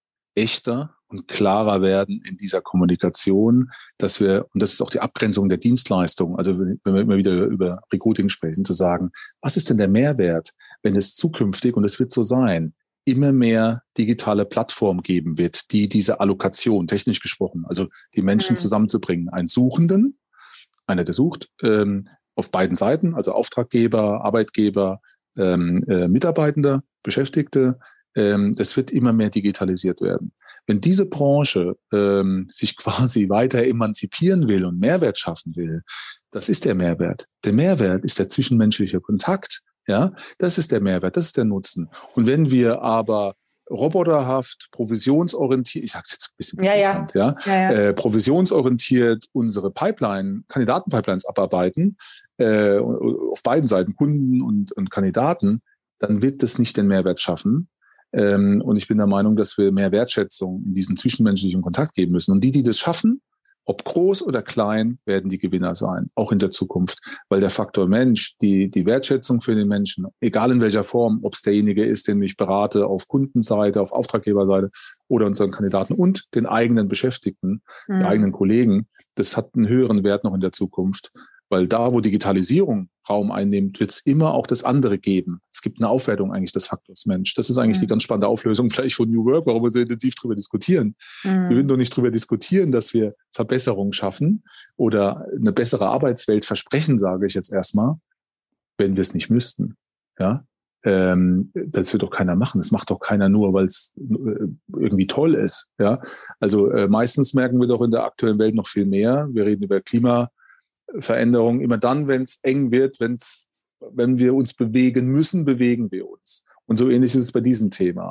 [SPEAKER 3] echter und klarer werden in dieser Kommunikation, dass wir, und das ist auch die Abgrenzung der Dienstleistung, also wenn wir immer wieder über Recruiting sprechen, zu sagen, was ist denn der Mehrwert, wenn es zukünftig, und es wird so sein, immer mehr digitale Plattformen geben wird, die diese Allokation, technisch gesprochen, also die Menschen mhm. zusammenzubringen, einen Suchenden, einer, der sucht, ähm, auf beiden Seiten, also Auftraggeber, Arbeitgeber, ähm, äh, Mitarbeitende, Beschäftigte, ähm, das wird immer mehr digitalisiert werden. Wenn diese Branche ähm, sich quasi weiter emanzipieren will und Mehrwert schaffen will, das ist der Mehrwert. Der Mehrwert ist der zwischenmenschliche Kontakt. Ja, das ist der Mehrwert, das ist der Nutzen. Und wenn wir aber roboterhaft, provisionsorientiert, ich sage es jetzt ein bisschen
[SPEAKER 1] ja, ja.
[SPEAKER 3] ja,
[SPEAKER 1] ja, ja.
[SPEAKER 3] Äh, provisionsorientiert unsere Pipeline, Kandidatenpipelines abarbeiten, äh, auf beiden Seiten, Kunden und, und Kandidaten, dann wird das nicht den Mehrwert schaffen. Ähm, und ich bin der Meinung, dass wir mehr Wertschätzung in diesen zwischenmenschlichen Kontakt geben müssen. Und die, die das schaffen, ob groß oder klein, werden die Gewinner sein, auch in der Zukunft. Weil der Faktor Mensch, die, die Wertschätzung für den Menschen, egal in welcher Form, ob es derjenige ist, den ich berate auf Kundenseite, auf Auftraggeberseite oder unseren Kandidaten und den eigenen Beschäftigten, mhm. den eigenen Kollegen, das hat einen höheren Wert noch in der Zukunft. Weil da, wo Digitalisierung Raum einnimmt, wird es immer auch das andere geben. Es gibt eine Aufwertung eigentlich des Faktors Mensch. Das ist eigentlich mhm. die ganz spannende Auflösung vielleicht von New Work, warum wir so intensiv darüber diskutieren. Mhm. Wir würden doch nicht darüber diskutieren, dass wir Verbesserungen schaffen oder eine bessere Arbeitswelt versprechen, sage ich jetzt erstmal, wenn wir es nicht müssten. Ja, ähm, das wird doch keiner machen. Das macht doch keiner nur, weil es irgendwie toll ist. Ja, also äh, meistens merken wir doch in der aktuellen Welt noch viel mehr. Wir reden über Klima. Veränderung, immer dann, wenn es eng wird, wenn's, wenn wir uns bewegen müssen, bewegen wir uns. Und so ähnlich ist es bei diesem Thema.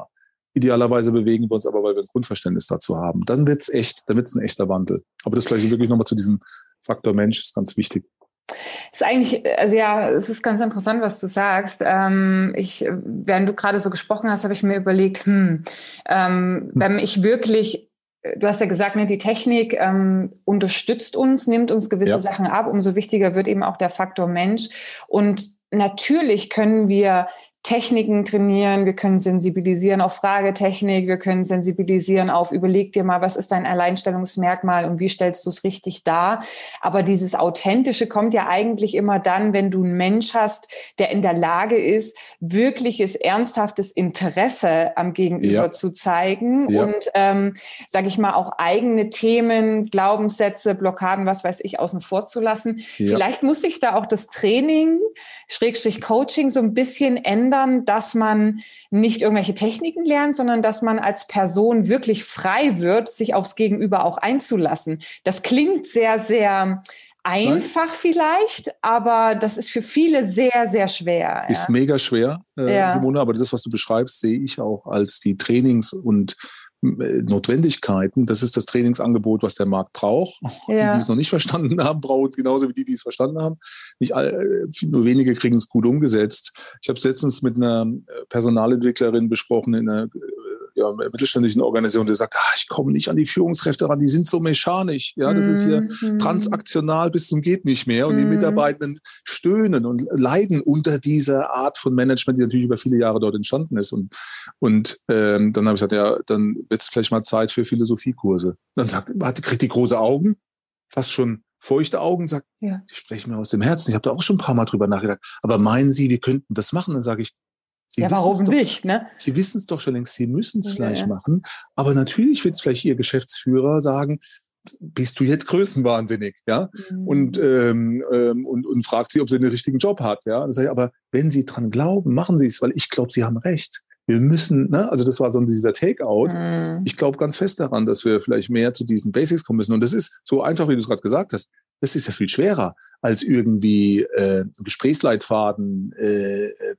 [SPEAKER 3] Idealerweise bewegen wir uns aber, weil wir ein Grundverständnis dazu haben. Dann wird's echt, dann wird's ein echter Wandel. Aber das vielleicht wirklich nochmal zu diesem Faktor Mensch ist ganz wichtig.
[SPEAKER 1] Ist eigentlich, also ja, es ist ganz interessant, was du sagst. Ähm, ich, während du gerade so gesprochen hast, habe ich mir überlegt, hm, ähm, wenn ich wirklich, du hast ja gesagt, ne, die Technik ähm, unterstützt uns, nimmt uns gewisse
[SPEAKER 3] Ja.
[SPEAKER 1] Sachen ab, umso wichtiger wird eben auch der Faktor Mensch. Und natürlich können wir Techniken trainieren, wir können sensibilisieren auf Fragetechnik, wir können sensibilisieren auf, überleg dir mal, was ist dein Alleinstellungsmerkmal und wie stellst du es richtig dar. Aber dieses Authentische kommt ja eigentlich immer dann, wenn du einen Mensch hast, der in der Lage ist, wirkliches, ernsthaftes Interesse am Gegenüber
[SPEAKER 3] Ja.
[SPEAKER 1] zu zeigen
[SPEAKER 3] Ja.
[SPEAKER 1] und, ähm, sage ich mal, auch eigene Themen, Glaubenssätze, Blockaden, was weiß ich, außen vor zu lassen.
[SPEAKER 3] Ja.
[SPEAKER 1] Vielleicht muss sich da auch das Training, Schrägstrich Coaching, so ein bisschen ändern, dass man nicht irgendwelche Techniken lernt, sondern dass man als Person wirklich frei wird, sich aufs Gegenüber auch einzulassen. Das klingt sehr, sehr einfach Nein. vielleicht, aber das ist für viele sehr, sehr schwer.
[SPEAKER 3] Ist
[SPEAKER 1] ja.
[SPEAKER 3] mega schwer, äh,
[SPEAKER 1] ja.
[SPEAKER 3] Simone, aber das, was du beschreibst, sehe ich auch als die Trainings- und Notwendigkeiten. Das ist das Trainingsangebot, was der Markt braucht. Ja. Die, die es noch nicht verstanden haben, brauchen genauso wie die, die es verstanden haben. Nicht all, nur wenige kriegen es gut umgesetzt. Ich habe es letztens mit einer Personalentwicklerin besprochen in einer ja, mittelständischen Organisation, die sagt, ah, ich komme nicht an die Führungskräfte ran, die sind so mechanisch. Ja, das mm, ist hier mm. transaktional bis zum geht nicht mehr. Und mm. die Mitarbeitenden stöhnen und leiden unter dieser Art von Management, die natürlich über viele Jahre dort entstanden ist. Und, und ähm, dann habe ich gesagt, ja, dann wird es vielleicht mal Zeit für Philosophiekurse. Dann sagt, warte, kriegt die große Augen, fast schon feuchte Augen, sagt, ja. Die sprechen mir aus dem Herzen. Ich habe da auch schon ein paar Mal drüber nachgedacht. Aber meinen Sie, wir könnten das machen? Dann sage ich, Sie
[SPEAKER 1] ja, warum
[SPEAKER 3] doch,
[SPEAKER 1] nicht? Ne?
[SPEAKER 3] Sie wissen es doch schon längst, Sie müssen es
[SPEAKER 1] ja,
[SPEAKER 3] vielleicht
[SPEAKER 1] ja.
[SPEAKER 3] machen. Aber natürlich wird vielleicht Ihr Geschäftsführer sagen, bist du jetzt größenwahnsinnig? Ja? Mhm. Und, ähm, ähm, und, und fragt Sie, ob sie den richtigen Job hat. Ja? Dann sage ich, aber wenn Sie dran glauben, machen Sie es, weil ich glaube, Sie haben recht. Wir müssen, ne? Also das war so dieser Takeout. Mhm. Ich glaube ganz fest daran, dass wir vielleicht mehr zu diesen Basics kommen müssen. Und das ist so einfach, wie du es gerade gesagt hast. Das ist ja viel schwerer, als irgendwie äh, Gesprächsleitfaden äh, äh,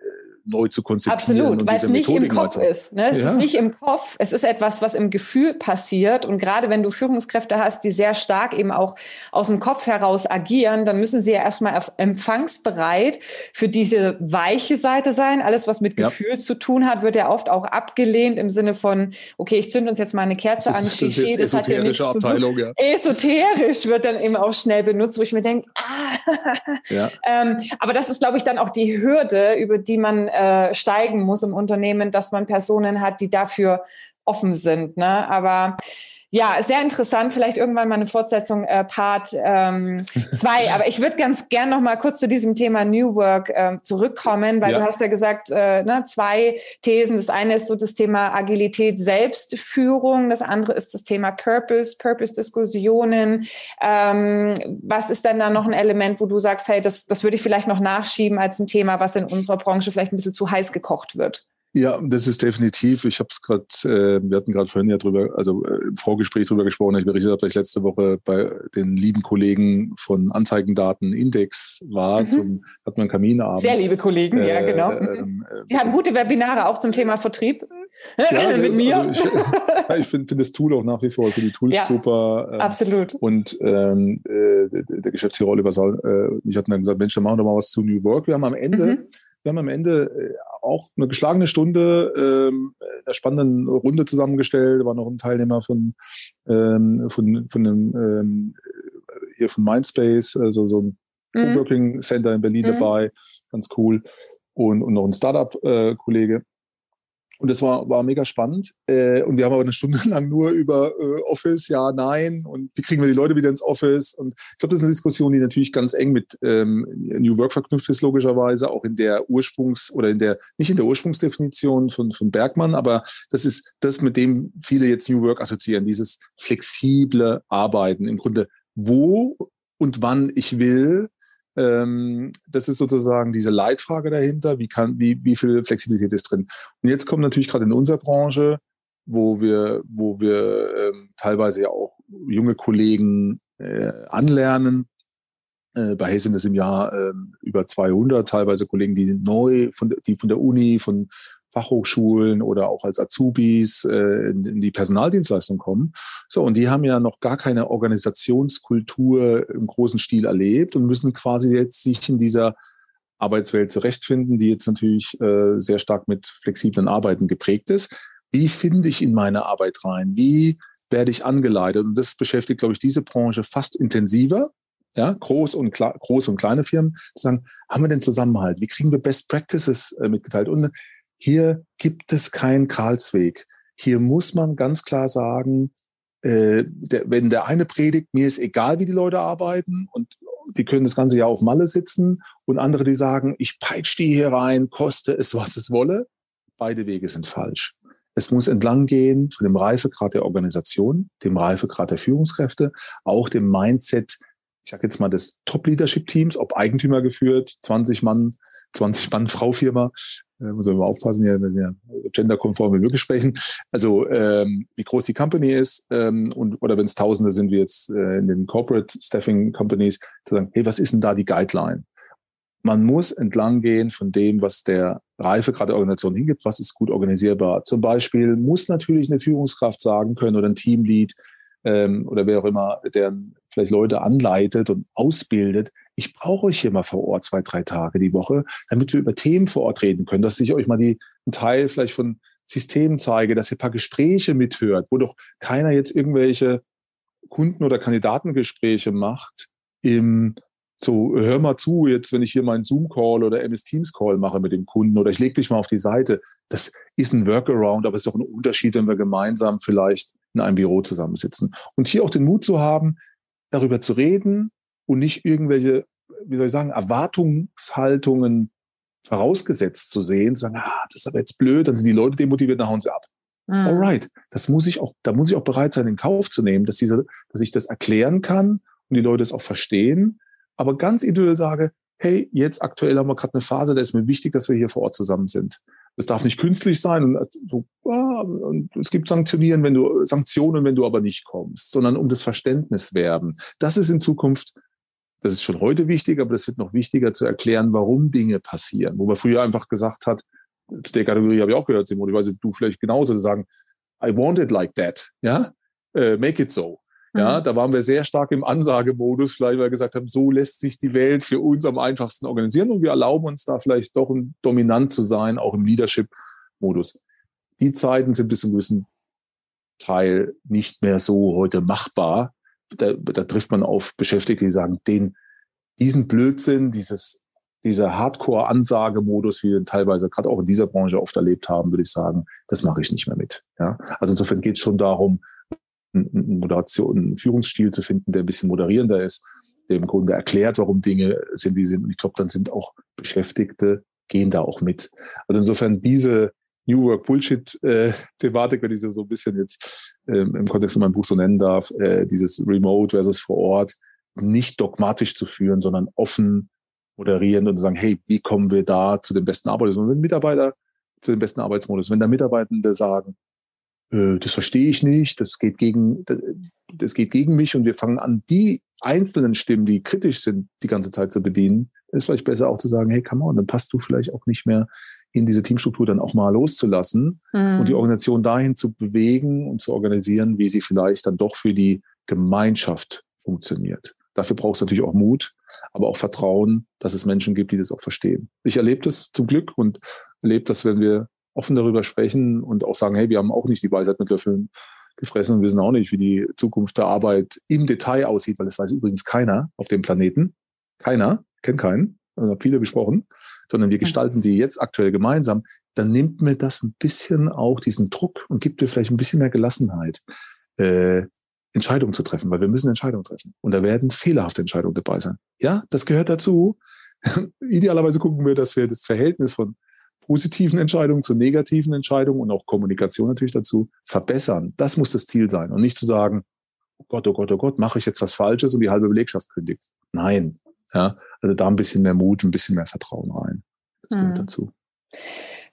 [SPEAKER 3] neu zu konzipieren.
[SPEAKER 1] Absolut, weil es nicht im Kopf ist. Ne? Es ja. ist nicht im Kopf, es ist etwas, was im Gefühl passiert. Und gerade wenn du Führungskräfte hast, die sehr stark eben auch aus dem Kopf heraus agieren, dann müssen sie ja erstmal empfangsbereit für diese weiche Seite sein. Alles, was mit ja. Gefühl zu tun hat, wird ja oft auch abgelehnt im Sinne von, okay, ich zünde uns jetzt mal eine Kerze
[SPEAKER 3] das
[SPEAKER 1] an,
[SPEAKER 3] ist,
[SPEAKER 1] Klischee,
[SPEAKER 3] das,
[SPEAKER 1] das hat ja nichts zu
[SPEAKER 3] Abteilung, ja.
[SPEAKER 1] Esoterisch wird dann eben auch schnell benutzt, wo ich mir denke, ah. ja. ähm, aber das ist, glaube ich, dann auch die Hürde, über die man steigen muss im Unternehmen, dass man Personen hat, die dafür offen sind. Ne? Aber ja, sehr interessant. Vielleicht irgendwann mal eine Fortsetzung, äh, Part ähm, zwei. Aber ich würde ganz gern noch mal kurz zu diesem Thema New Work äh, zurückkommen, weil ja. du hast ja gesagt, äh, ne, zwei Thesen. Das eine ist so das Thema Agilität, Selbstführung. Das andere ist das Thema Purpose, Purpose-Diskussionen. Ähm, was ist denn da noch ein Element, wo du sagst, hey, das, das würde ich vielleicht noch nachschieben als ein Thema, was in unserer Branche vielleicht ein bisschen zu heiß gekocht wird?
[SPEAKER 3] Ja, das ist definitiv. Ich habe es gerade, äh, wir hatten gerade vorhin ja drüber, also äh, im Vorgespräch drüber gesprochen. Ich berichtet habe, dass ich letzte Woche bei den lieben Kollegen von Anzeigendaten Index war. Mhm. Zum, hat man Kaminabend.
[SPEAKER 1] Sehr liebe Kollegen, äh, ja genau. Ähm, äh, Die haben gute Webinare auch zum Thema Vertrieb. Ja, also, mit mir.
[SPEAKER 3] Also ich ich finde find das Tool auch nach wie vor, also die Tools ja, super. Ähm,
[SPEAKER 1] absolut.
[SPEAKER 3] Und ähm, äh, der Geschäftsführer Oliver Saul, äh, ich hatte dann gesagt, Mensch, dann machen wir doch mal was zu New Work. Wir haben am Ende, mhm. wir haben am Ende auch eine geschlagene Stunde, ähm, einer spannenden Runde zusammengestellt. Da war noch ein Teilnehmer von ähm, von von einem ähm, hier von Mindspace, also so ein mhm. Coworking Center in Berlin mhm. dabei, ganz cool, und und noch ein Startup-Kollege. Und das war, war mega spannend. Äh, und wir haben aber eine Stunde lang nur über äh, Office, ja, nein. Und wie kriegen wir die Leute wieder ins Office? Und ich glaube, das ist eine Diskussion, die natürlich ganz eng mit ähm, New Work verknüpft ist, logischerweise. Auch in der Ursprungs- oder in der, nicht in der Ursprungsdefinition von, von Bergmann, aber das ist das, mit dem viele jetzt New Work assoziieren. Dieses flexible Arbeiten. Im Grunde, wo und wann ich will. Ähm, das ist sozusagen diese Leitfrage dahinter, wie kann, wie, wie viel Flexibilität ist drin. Und jetzt kommt natürlich gerade in unserer Branche, wo wir, wo wir ähm, teilweise ja auch junge Kollegen äh, anlernen. Äh, bei Hayes sind es im Jahr äh, über zweihundert, teilweise Kollegen, die neu, von, die von der Uni, von Fachhochschulen oder auch als Azubis äh, in, in die Personaldienstleistung kommen. So, und die haben ja noch gar keine Organisationskultur im großen Stil erlebt und müssen quasi jetzt sich in dieser Arbeitswelt zurechtfinden, die jetzt natürlich äh, sehr stark mit flexiblen Arbeiten geprägt ist. Wie finde ich in meine Arbeit rein? Wie werde ich angeleitet? Und das beschäftigt, glaube ich, diese Branche fast intensiver. Ja, groß und kle- große und kleine Firmen zu sagen, haben wir den Zusammenhalt? Wie kriegen wir Best Practices äh, mitgeteilt? Und hier gibt es keinen Gralsweg. Hier muss man ganz klar sagen, äh, der, wenn der eine predigt, mir ist egal, wie die Leute arbeiten und die können das ganze Jahr auf Malle sitzen, und andere, die sagen, ich peitsche die hier rein, koste es, was es wolle. Beide Wege sind falsch. Es muss entlang gehen von dem Reifegrad der Organisation, dem Reifegrad der Führungskräfte, auch dem Mindset, ich sage jetzt mal, des Top-Leadership-Teams, ob Eigentümer geführt, zwanzig Mann, zwanzig Mann Frau-Firma, äh, muss man mal aufpassen, hier, wenn wir genderkonform wie möglich sprechen. Also ähm, wie groß die Company ist ähm, und oder wenn es Tausende sind, wie jetzt äh, in den Corporate Staffing Companies, zu sagen, hey, was ist denn da die Guideline? Man muss entlang gehen von dem, was der Reifegrad der Organisation hingibt, was ist gut organisierbar. Zum Beispiel muss natürlich eine Führungskraft sagen können oder ein Teamlead ähm, oder wer auch immer, der vielleicht Leute anleitet und ausbildet, ich brauche euch hier mal vor Ort zwei, drei Tage die Woche, damit wir über Themen vor Ort reden können, dass ich euch mal die, einen Teil vielleicht von Systemen zeige, dass ihr ein paar Gespräche mithört, wo doch keiner jetzt irgendwelche Kunden- oder Kandidatengespräche macht im so, hör mal zu, jetzt, wenn ich hier meinen Zoom-Call oder M S Teams-Call mache mit dem Kunden oder ich lege dich mal auf die Seite. Das ist ein Workaround, aber es ist doch ein Unterschied, wenn wir gemeinsam vielleicht in einem Büro zusammensitzen. Und hier auch den Mut zu haben, darüber zu reden und nicht irgendwelche, wie soll ich sagen, Erwartungshaltungen vorausgesetzt zu sehen, zu sagen, ah, das ist aber jetzt blöd, dann sind die Leute demotiviert, dann hauen sie ab. Mhm. Alright, das muss ich auch, da muss ich auch bereit sein, in Kauf zu nehmen, dass diese, dass ich das erklären kann und die Leute es auch verstehen. Aber ganz individuell sage, hey, jetzt aktuell haben wir gerade eine Phase, da ist mir wichtig, dass wir hier vor Ort zusammen sind. Es darf nicht künstlich sein und, so, ah, und es gibt Sanktionieren, wenn du, Sanktionen, wenn du aber nicht kommst, sondern um das Verständnis werben. Das ist in Zukunft, das ist schon heute wichtig, aber das wird noch wichtiger zu erklären, warum Dinge passieren. Wo man früher einfach gesagt hat, zu der Kategorie habe ich auch gehört, Simone, ich weiß nicht, du vielleicht genauso, zu sagen, I want it like that, ja, uh, make it so. Ja, da waren wir sehr stark im Ansagemodus, vielleicht, weil wir gesagt haben, so lässt sich die Welt für uns am einfachsten organisieren und wir erlauben uns da vielleicht doch dominant zu sein, auch im Leadership-Modus. Die Zeiten sind bis zu einem gewissen Teil nicht mehr so heute machbar. Da, da trifft man auf Beschäftigte, die sagen, den, diesen Blödsinn, dieses, dieser Hardcore-Ansagemodus, wie wir ihn teilweise gerade auch in dieser Branche oft erlebt haben, würde ich sagen, das mache ich nicht mehr mit. Ja, also insofern geht es schon darum, einen Moderation, einen Führungsstil zu finden, der ein bisschen moderierender ist, der im Grunde erklärt, warum Dinge sind, wie sie sind. Und ich glaube, dann sind auch Beschäftigte, gehen da auch mit. Also insofern diese New Work Bullshit-Thematik, wenn ich sie so ein bisschen jetzt ähm, im Kontext von meinem Buch so nennen darf, äh, dieses Remote versus vor Ort, nicht dogmatisch zu führen, sondern offen moderieren und sagen, hey, wie kommen wir da zu dem besten Arbeitsmodus? Und wenn Mitarbeiter zu dem besten Arbeitsmodus, wenn da Mitarbeitende sagen, das verstehe ich nicht, das geht gegen, das geht gegen mich und wir fangen an, die einzelnen Stimmen, die kritisch sind, die ganze Zeit zu bedienen, dann ist vielleicht besser auch zu sagen, hey, come on, dann passt du vielleicht auch nicht mehr in diese Teamstruktur dann auch mal loszulassen mhm. und die Organisation dahin zu bewegen und zu organisieren, wie sie vielleicht dann doch für die Gemeinschaft funktioniert. Dafür braucht es natürlich auch Mut, aber auch Vertrauen, dass es Menschen gibt, die das auch verstehen. Ich erlebe das zum Glück und erlebe das, wenn wir offen darüber sprechen und auch sagen, hey, wir haben auch nicht die Weisheit mit Löffeln gefressen und wissen auch nicht, wie die Zukunft der Arbeit im Detail aussieht, weil das weiß übrigens keiner auf dem Planeten. Keiner, kennt keinen, ich habe viele besprochen, sondern wir gestalten sie jetzt aktuell gemeinsam. Dann nimmt mir das ein bisschen auch diesen Druck und gibt mir vielleicht ein bisschen mehr Gelassenheit, äh, Entscheidungen zu treffen, weil wir müssen Entscheidungen treffen. Und da werden fehlerhafte Entscheidungen dabei sein. Ja, das gehört dazu. Idealerweise gucken wir, dass wir das Verhältnis von positiven Entscheidungen zu negativen Entscheidungen und auch Kommunikation natürlich dazu verbessern. Das muss das Ziel sein und nicht zu sagen, oh Gott, oh Gott, oh Gott, mache ich jetzt was Falsches und die halbe Belegschaft kündigt. Nein, ja, also da ein bisschen mehr Mut, ein bisschen mehr Vertrauen rein. Das gehört mhm. dazu.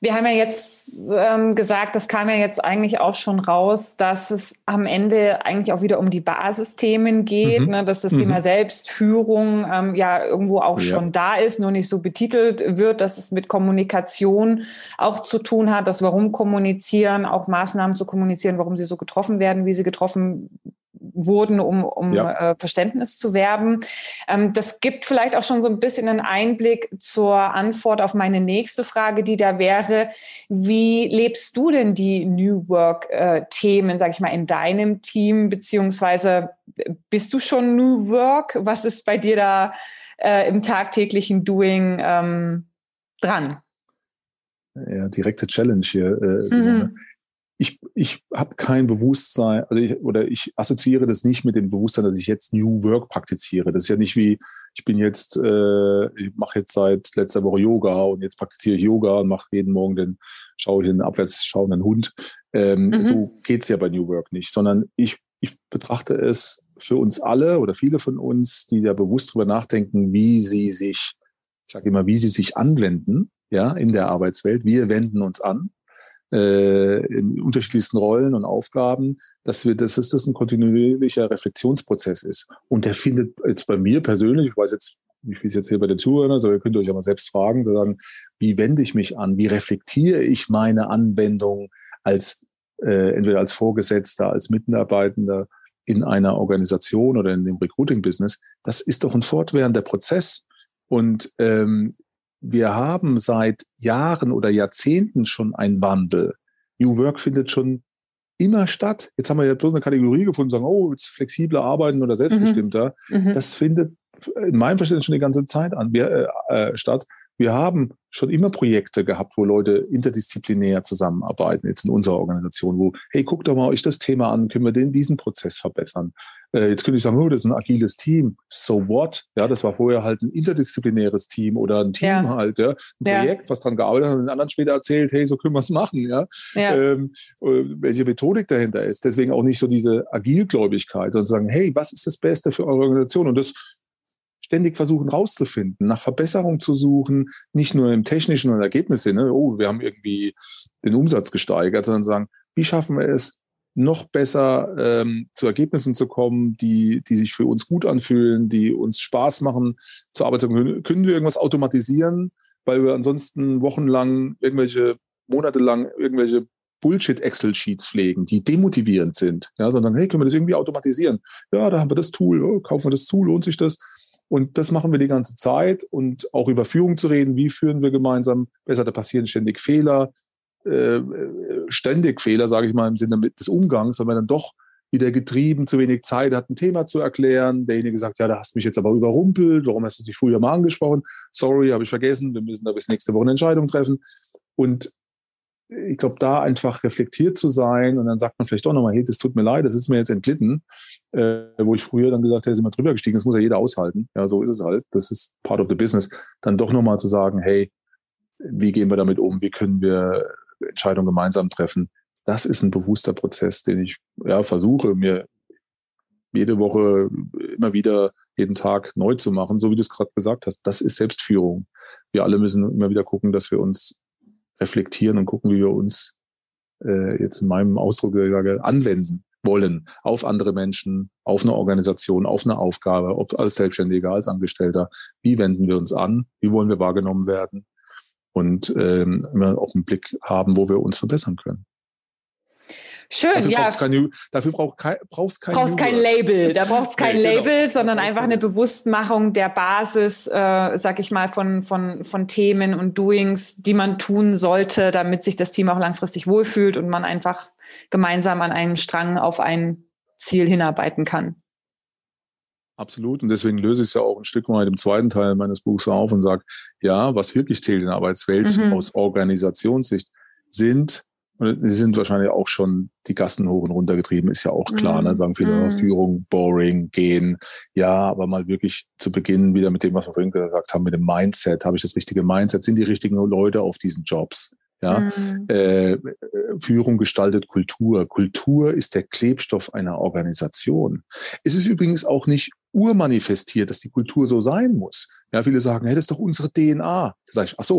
[SPEAKER 1] Wir haben ja jetzt ähm, gesagt, das kam ja jetzt eigentlich auch schon raus, dass es am Ende eigentlich auch wieder um die Basisthemen geht,
[SPEAKER 3] Mhm.
[SPEAKER 1] ne, dass das
[SPEAKER 3] Mhm.
[SPEAKER 1] Thema Selbstführung ähm, ja irgendwo auch
[SPEAKER 3] Ja.
[SPEAKER 1] schon da ist, nur nicht so betitelt wird, dass es mit Kommunikation auch zu tun hat, das Warum kommunizieren, auch Maßnahmen zu kommunizieren, warum sie so getroffen werden, wie sie getroffen wurden, um, um
[SPEAKER 3] Ja.
[SPEAKER 1] äh, Verständnis zu werben. Ähm, das gibt vielleicht auch schon so ein bisschen einen Einblick zur Antwort auf meine nächste Frage, die da wäre, wie lebst du denn die New Work-Themen, äh, sag ich mal, in deinem Team, beziehungsweise bist du schon New Work? Was ist bei dir da äh, im tagtäglichen Doing ähm, dran?
[SPEAKER 3] Ja, direkte Challenge hier, äh, Simone.
[SPEAKER 1] Mhm.
[SPEAKER 3] Ich, ich habe kein Bewusstsein, also ich, oder ich assoziiere das nicht mit dem Bewusstsein, dass ich jetzt New Work praktiziere. Das ist ja nicht wie, ich bin jetzt, äh, ich mache jetzt seit letzter Woche Yoga und jetzt praktiziere ich Yoga und mache jeden Morgen den, schaue ich den abwärts schauenden Hund. Ähm,
[SPEAKER 1] Mhm.
[SPEAKER 3] So geht's ja bei New Work nicht, sondern ich, ich betrachte es für uns alle oder viele von uns, die da bewusst drüber nachdenken, wie sie sich, ich sage immer, wie sie sich anwenden, ja, in der Arbeitswelt. Wir wenden uns an. In unterschiedlichsten Rollen und Aufgaben, dass wir, dass es das ein kontinuierlicher Reflexionsprozess ist. Und der findet jetzt bei mir persönlich, ich weiß jetzt nicht, wie es jetzt hier bei den Zuhörern ist, aber ihr könnt euch ja mal selbst fragen, zu sagen, wie wende ich mich an? Wie reflektiere ich meine Anwendung als, äh, entweder als Vorgesetzter, als Mitarbeitender in einer Organisation oder in dem Recruiting-Business? Das ist doch ein fortwährender Prozess. Und, ähm, wir haben seit Jahren oder Jahrzehnten schon einen Wandel. New Work findet schon immer statt. Jetzt haben wir ja bloß eine Kategorie gefunden, sagen, oh, jetzt flexible Arbeiten oder selbstbestimmter. Mhm. Das findet in meinem Verständnis schon die ganze Zeit an, wir, äh, statt. Wir haben schon immer Projekte gehabt, wo Leute interdisziplinär zusammenarbeiten, jetzt in unserer Organisation, wo, hey, guckt doch mal euch das Thema an, können wir den, diesen Prozess verbessern? Äh, jetzt könnte ich sagen, oh, das ist ein agiles Team. So what? Ja, das war vorher halt ein interdisziplinäres Team oder ein Team ja. halt, ja, ein
[SPEAKER 1] ja.
[SPEAKER 3] Projekt, was dran gearbeitet hat und den anderen später erzählt, hey, so können wir es machen, ja.
[SPEAKER 1] ja.
[SPEAKER 3] Ähm, welche Methodik dahinter ist. Deswegen auch nicht so diese Agilgläubigkeit, sondern sagen, hey, was ist das Beste für eure Organisation? Und das ständig versuchen rauszufinden, nach Verbesserung zu suchen, nicht nur im technischen und Ergebnissinne, oh, wir haben irgendwie den Umsatz gesteigert, sondern sagen, wie schaffen wir es, noch besser ähm, zu Ergebnissen zu kommen, die, die sich für uns gut anfühlen, die uns Spaß machen zur Arbeit. Können wir irgendwas automatisieren, weil wir ansonsten wochenlang, irgendwelche, monatelang irgendwelche Bullshit-Excel-Sheets pflegen, die demotivierend sind, ja, sondern hey, können wir das irgendwie automatisieren? Ja, da haben wir das Tool, oh, kaufen wir das Tool, lohnt sich das? Und das machen wir die ganze Zeit und auch über Führung zu reden, wie führen wir gemeinsam besser, da passieren ständig Fehler, äh, ständig Fehler, sage ich mal, im Sinne des Umgangs, weil man dann doch wieder getrieben, zu wenig Zeit hat, ein Thema zu erklären. Derjenige sagt, ja, da hast du mich jetzt aber überrumpelt, warum hast du dich früher mal angesprochen? Sorry, habe ich vergessen, wir müssen da bis nächste Woche eine Entscheidung treffen. Und ich glaube, da einfach reflektiert zu sein und dann sagt man vielleicht doch nochmal, hey, das tut mir leid, das ist mir jetzt entglitten, äh, wo ich früher dann gesagt hätte, sind wir drüber gestiegen, das muss ja jeder aushalten. Ja, so ist es halt. Das ist part of the business. Dann doch nochmal zu sagen, hey, wie gehen wir damit um? Wie können wir Entscheidungen gemeinsam treffen? Das ist ein bewusster Prozess, den ich ja versuche, mir jede Woche immer wieder, jeden Tag neu zu machen, so wie du es gerade gesagt hast. Das ist Selbstführung. Wir alle müssen immer wieder gucken, dass wir uns reflektieren und gucken, wie wir uns äh, jetzt in meinem Ausdruck anwenden wollen auf andere Menschen, auf eine Organisation, auf eine Aufgabe, ob als Selbstständiger, als Angestellter. Wie wenden wir uns an? Wie wollen wir wahrgenommen werden? Und ähm, immer auch einen Blick haben, wo wir uns verbessern können.
[SPEAKER 1] Schön,
[SPEAKER 3] dafür
[SPEAKER 1] ja.
[SPEAKER 3] Braucht's kein, dafür brauch, brauchst kein,
[SPEAKER 1] brauchst kein Label. Da braucht es kein nee, Label, genau. sondern einfach eine Bewusstmachung der Basis, äh, sag ich mal, von, von, von Themen und Doings, die man tun sollte, damit sich das Team auch langfristig wohlfühlt und man einfach gemeinsam an einem Strang auf ein Ziel hinarbeiten kann.
[SPEAKER 3] Absolut. Und deswegen löse ich es ja auch ein Stück weit im zweiten Teil meines Buchs auf und sage, ja, was wirklich zählt in der Arbeitswelt mhm. aus Organisationssicht sind, und sie sind wahrscheinlich auch schon die Gassen hoch und runter getrieben, ist ja auch klar, mm. ne? Sagen viele, mm. Führung, boring, gehen. Ja, aber mal wirklich zu Beginn wieder mit dem, was wir vorhin gesagt haben, mit dem Mindset. Habe ich das richtige Mindset? Sind die richtigen Leute auf diesen Jobs? Ja, mm. äh, Führung gestaltet Kultur. Kultur ist der Klebstoff einer Organisation. Es ist übrigens auch nicht urmanifestiert, dass die Kultur so sein muss. Ja, viele sagen, hey, das ist doch unsere D N A. Da sage ich, ach so,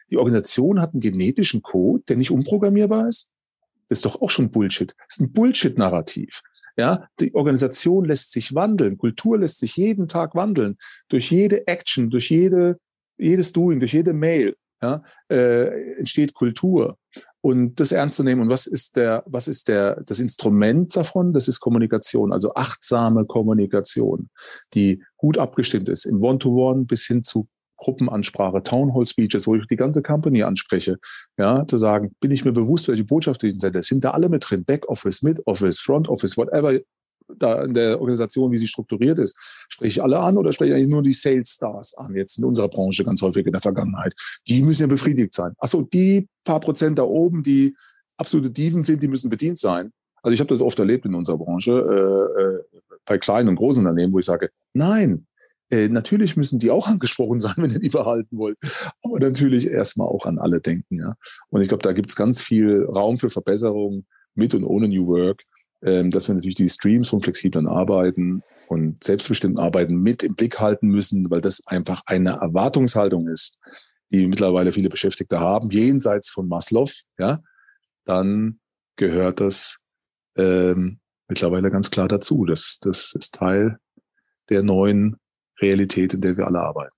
[SPEAKER 3] die Organisation hat einen genetischen Code, der nicht umprogrammierbar ist. Das ist doch auch schon Bullshit. Das ist ein Bullshit-Narrativ. Ja, die Organisation lässt sich wandeln, Kultur lässt sich jeden Tag wandeln, durch jede Action, durch jede, jedes Doing, durch jede Mail, ja, äh, entsteht Kultur. Und das ernst zu nehmen. Und was ist der, was ist der, das Instrument davon? Das ist Kommunikation, also achtsame Kommunikation, die gut abgestimmt ist, im One-to-One bis hin zu Gruppenansprache, Townhall-Speeches, wo ich die ganze Company anspreche, ja, zu sagen, bin ich mir bewusst, welche Botschaft ich sende, sind da alle mit drin, Backoffice, Mid-Office, Front-Office, whatever da in der Organisation, wie sie strukturiert ist. Spreche ich alle an oder spreche ich eigentlich nur die Sales-Stars an, jetzt in unserer Branche ganz häufig in der Vergangenheit? Die müssen ja befriedigt sein. Achso, die paar Prozent da oben, die absolute Diven sind, die müssen bedient sein. Also ich habe das oft erlebt in unserer Branche, äh, äh, bei kleinen und großen Unternehmen, wo ich sage, nein, Äh, natürlich müssen die auch angesprochen sein, wenn ihr die behalten wollt. Aber natürlich erstmal auch an alle denken. Ja. Und ich glaube, da gibt es ganz viel Raum für Verbesserung mit und ohne New Work, ähm, dass wir natürlich die Streams von flexiblen Arbeiten und selbstbestimmten Arbeiten mit im Blick halten müssen, weil das einfach eine Erwartungshaltung ist, die mittlerweile viele Beschäftigte haben, jenseits von Maslow. Ja, dann gehört das ähm, mittlerweile ganz klar dazu. Das, das ist Teil der neuen Realität, in der wir alle arbeiten.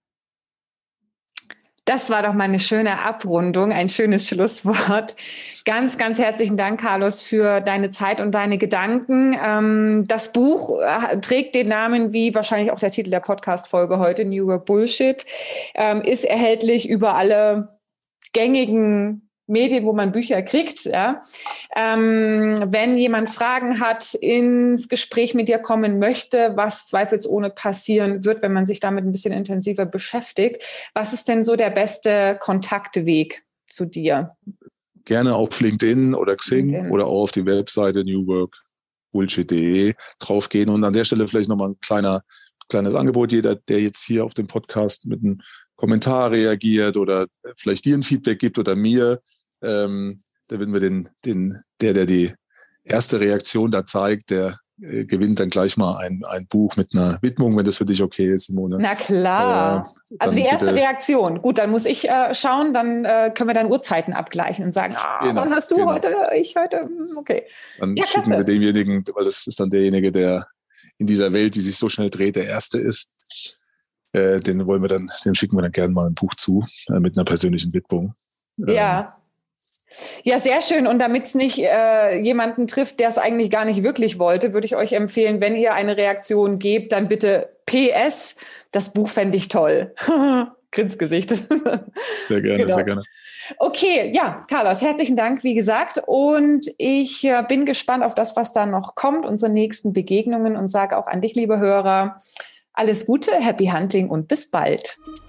[SPEAKER 1] Das war doch mal eine schöne Abrundung, ein schönes Schlusswort. Ganz, ganz herzlichen Dank, Carlos, für deine Zeit und deine Gedanken. Das Buch trägt den Namen, wie wahrscheinlich auch der Titel der Podcast-Folge heute, New Work Bullshit, ist erhältlich über alle gängigen Medien, wo man Bücher kriegt. Ja. Ähm, wenn jemand Fragen hat, ins Gespräch mit dir kommen möchte, was zweifelsohne passieren wird, wenn man sich damit ein bisschen intensiver beschäftigt, was ist denn so der beste Kontaktweg zu dir?
[SPEAKER 3] Gerne auf LinkedIn oder Xing LinkedIn. Oder auch auf die Webseite new work bullshit punkt de draufgehen. Und an der Stelle vielleicht nochmal ein kleiner, kleines Angebot. Jeder, der jetzt hier auf dem Podcast mit einem Kommentar reagiert oder vielleicht dir ein Feedback gibt oder mir, ähm, da werden wir den, den, der, der die erste Reaktion da zeigt, der äh, gewinnt dann gleich mal ein, ein Buch mit einer Widmung, wenn das für dich okay ist, Simone.
[SPEAKER 1] Na klar. Äh, also die erste bitte Reaktion. Gut, dann muss ich äh, schauen, dann äh, können wir dann Uhrzeiten abgleichen und sagen, ah, genau, wann hast du genau. heute? Ich heute, okay.
[SPEAKER 3] Dann ja, schicken wir demjenigen, weil das ist dann derjenige, der in dieser Welt, die sich so schnell dreht, der Erste ist. Äh, den wollen wir dann, dem schicken wir dann gerne mal ein Buch zu, äh, mit einer persönlichen Widmung.
[SPEAKER 1] Ja. Ähm, Ja, sehr schön. Und damit es nicht äh, jemanden trifft, der es eigentlich gar nicht wirklich wollte, würde ich euch empfehlen, wenn ihr eine Reaktion gebt, dann bitte P S, das Buch fände ich toll. Grinsgesicht.
[SPEAKER 3] Sehr gerne, genau. sehr gerne.
[SPEAKER 1] Okay, ja, Carlos, herzlichen Dank, wie gesagt. Und ich äh, bin gespannt auf das, was da noch kommt, unsere nächsten Begegnungen und sage auch an dich, liebe Hörer, alles Gute, Happy Hunting und bis bald.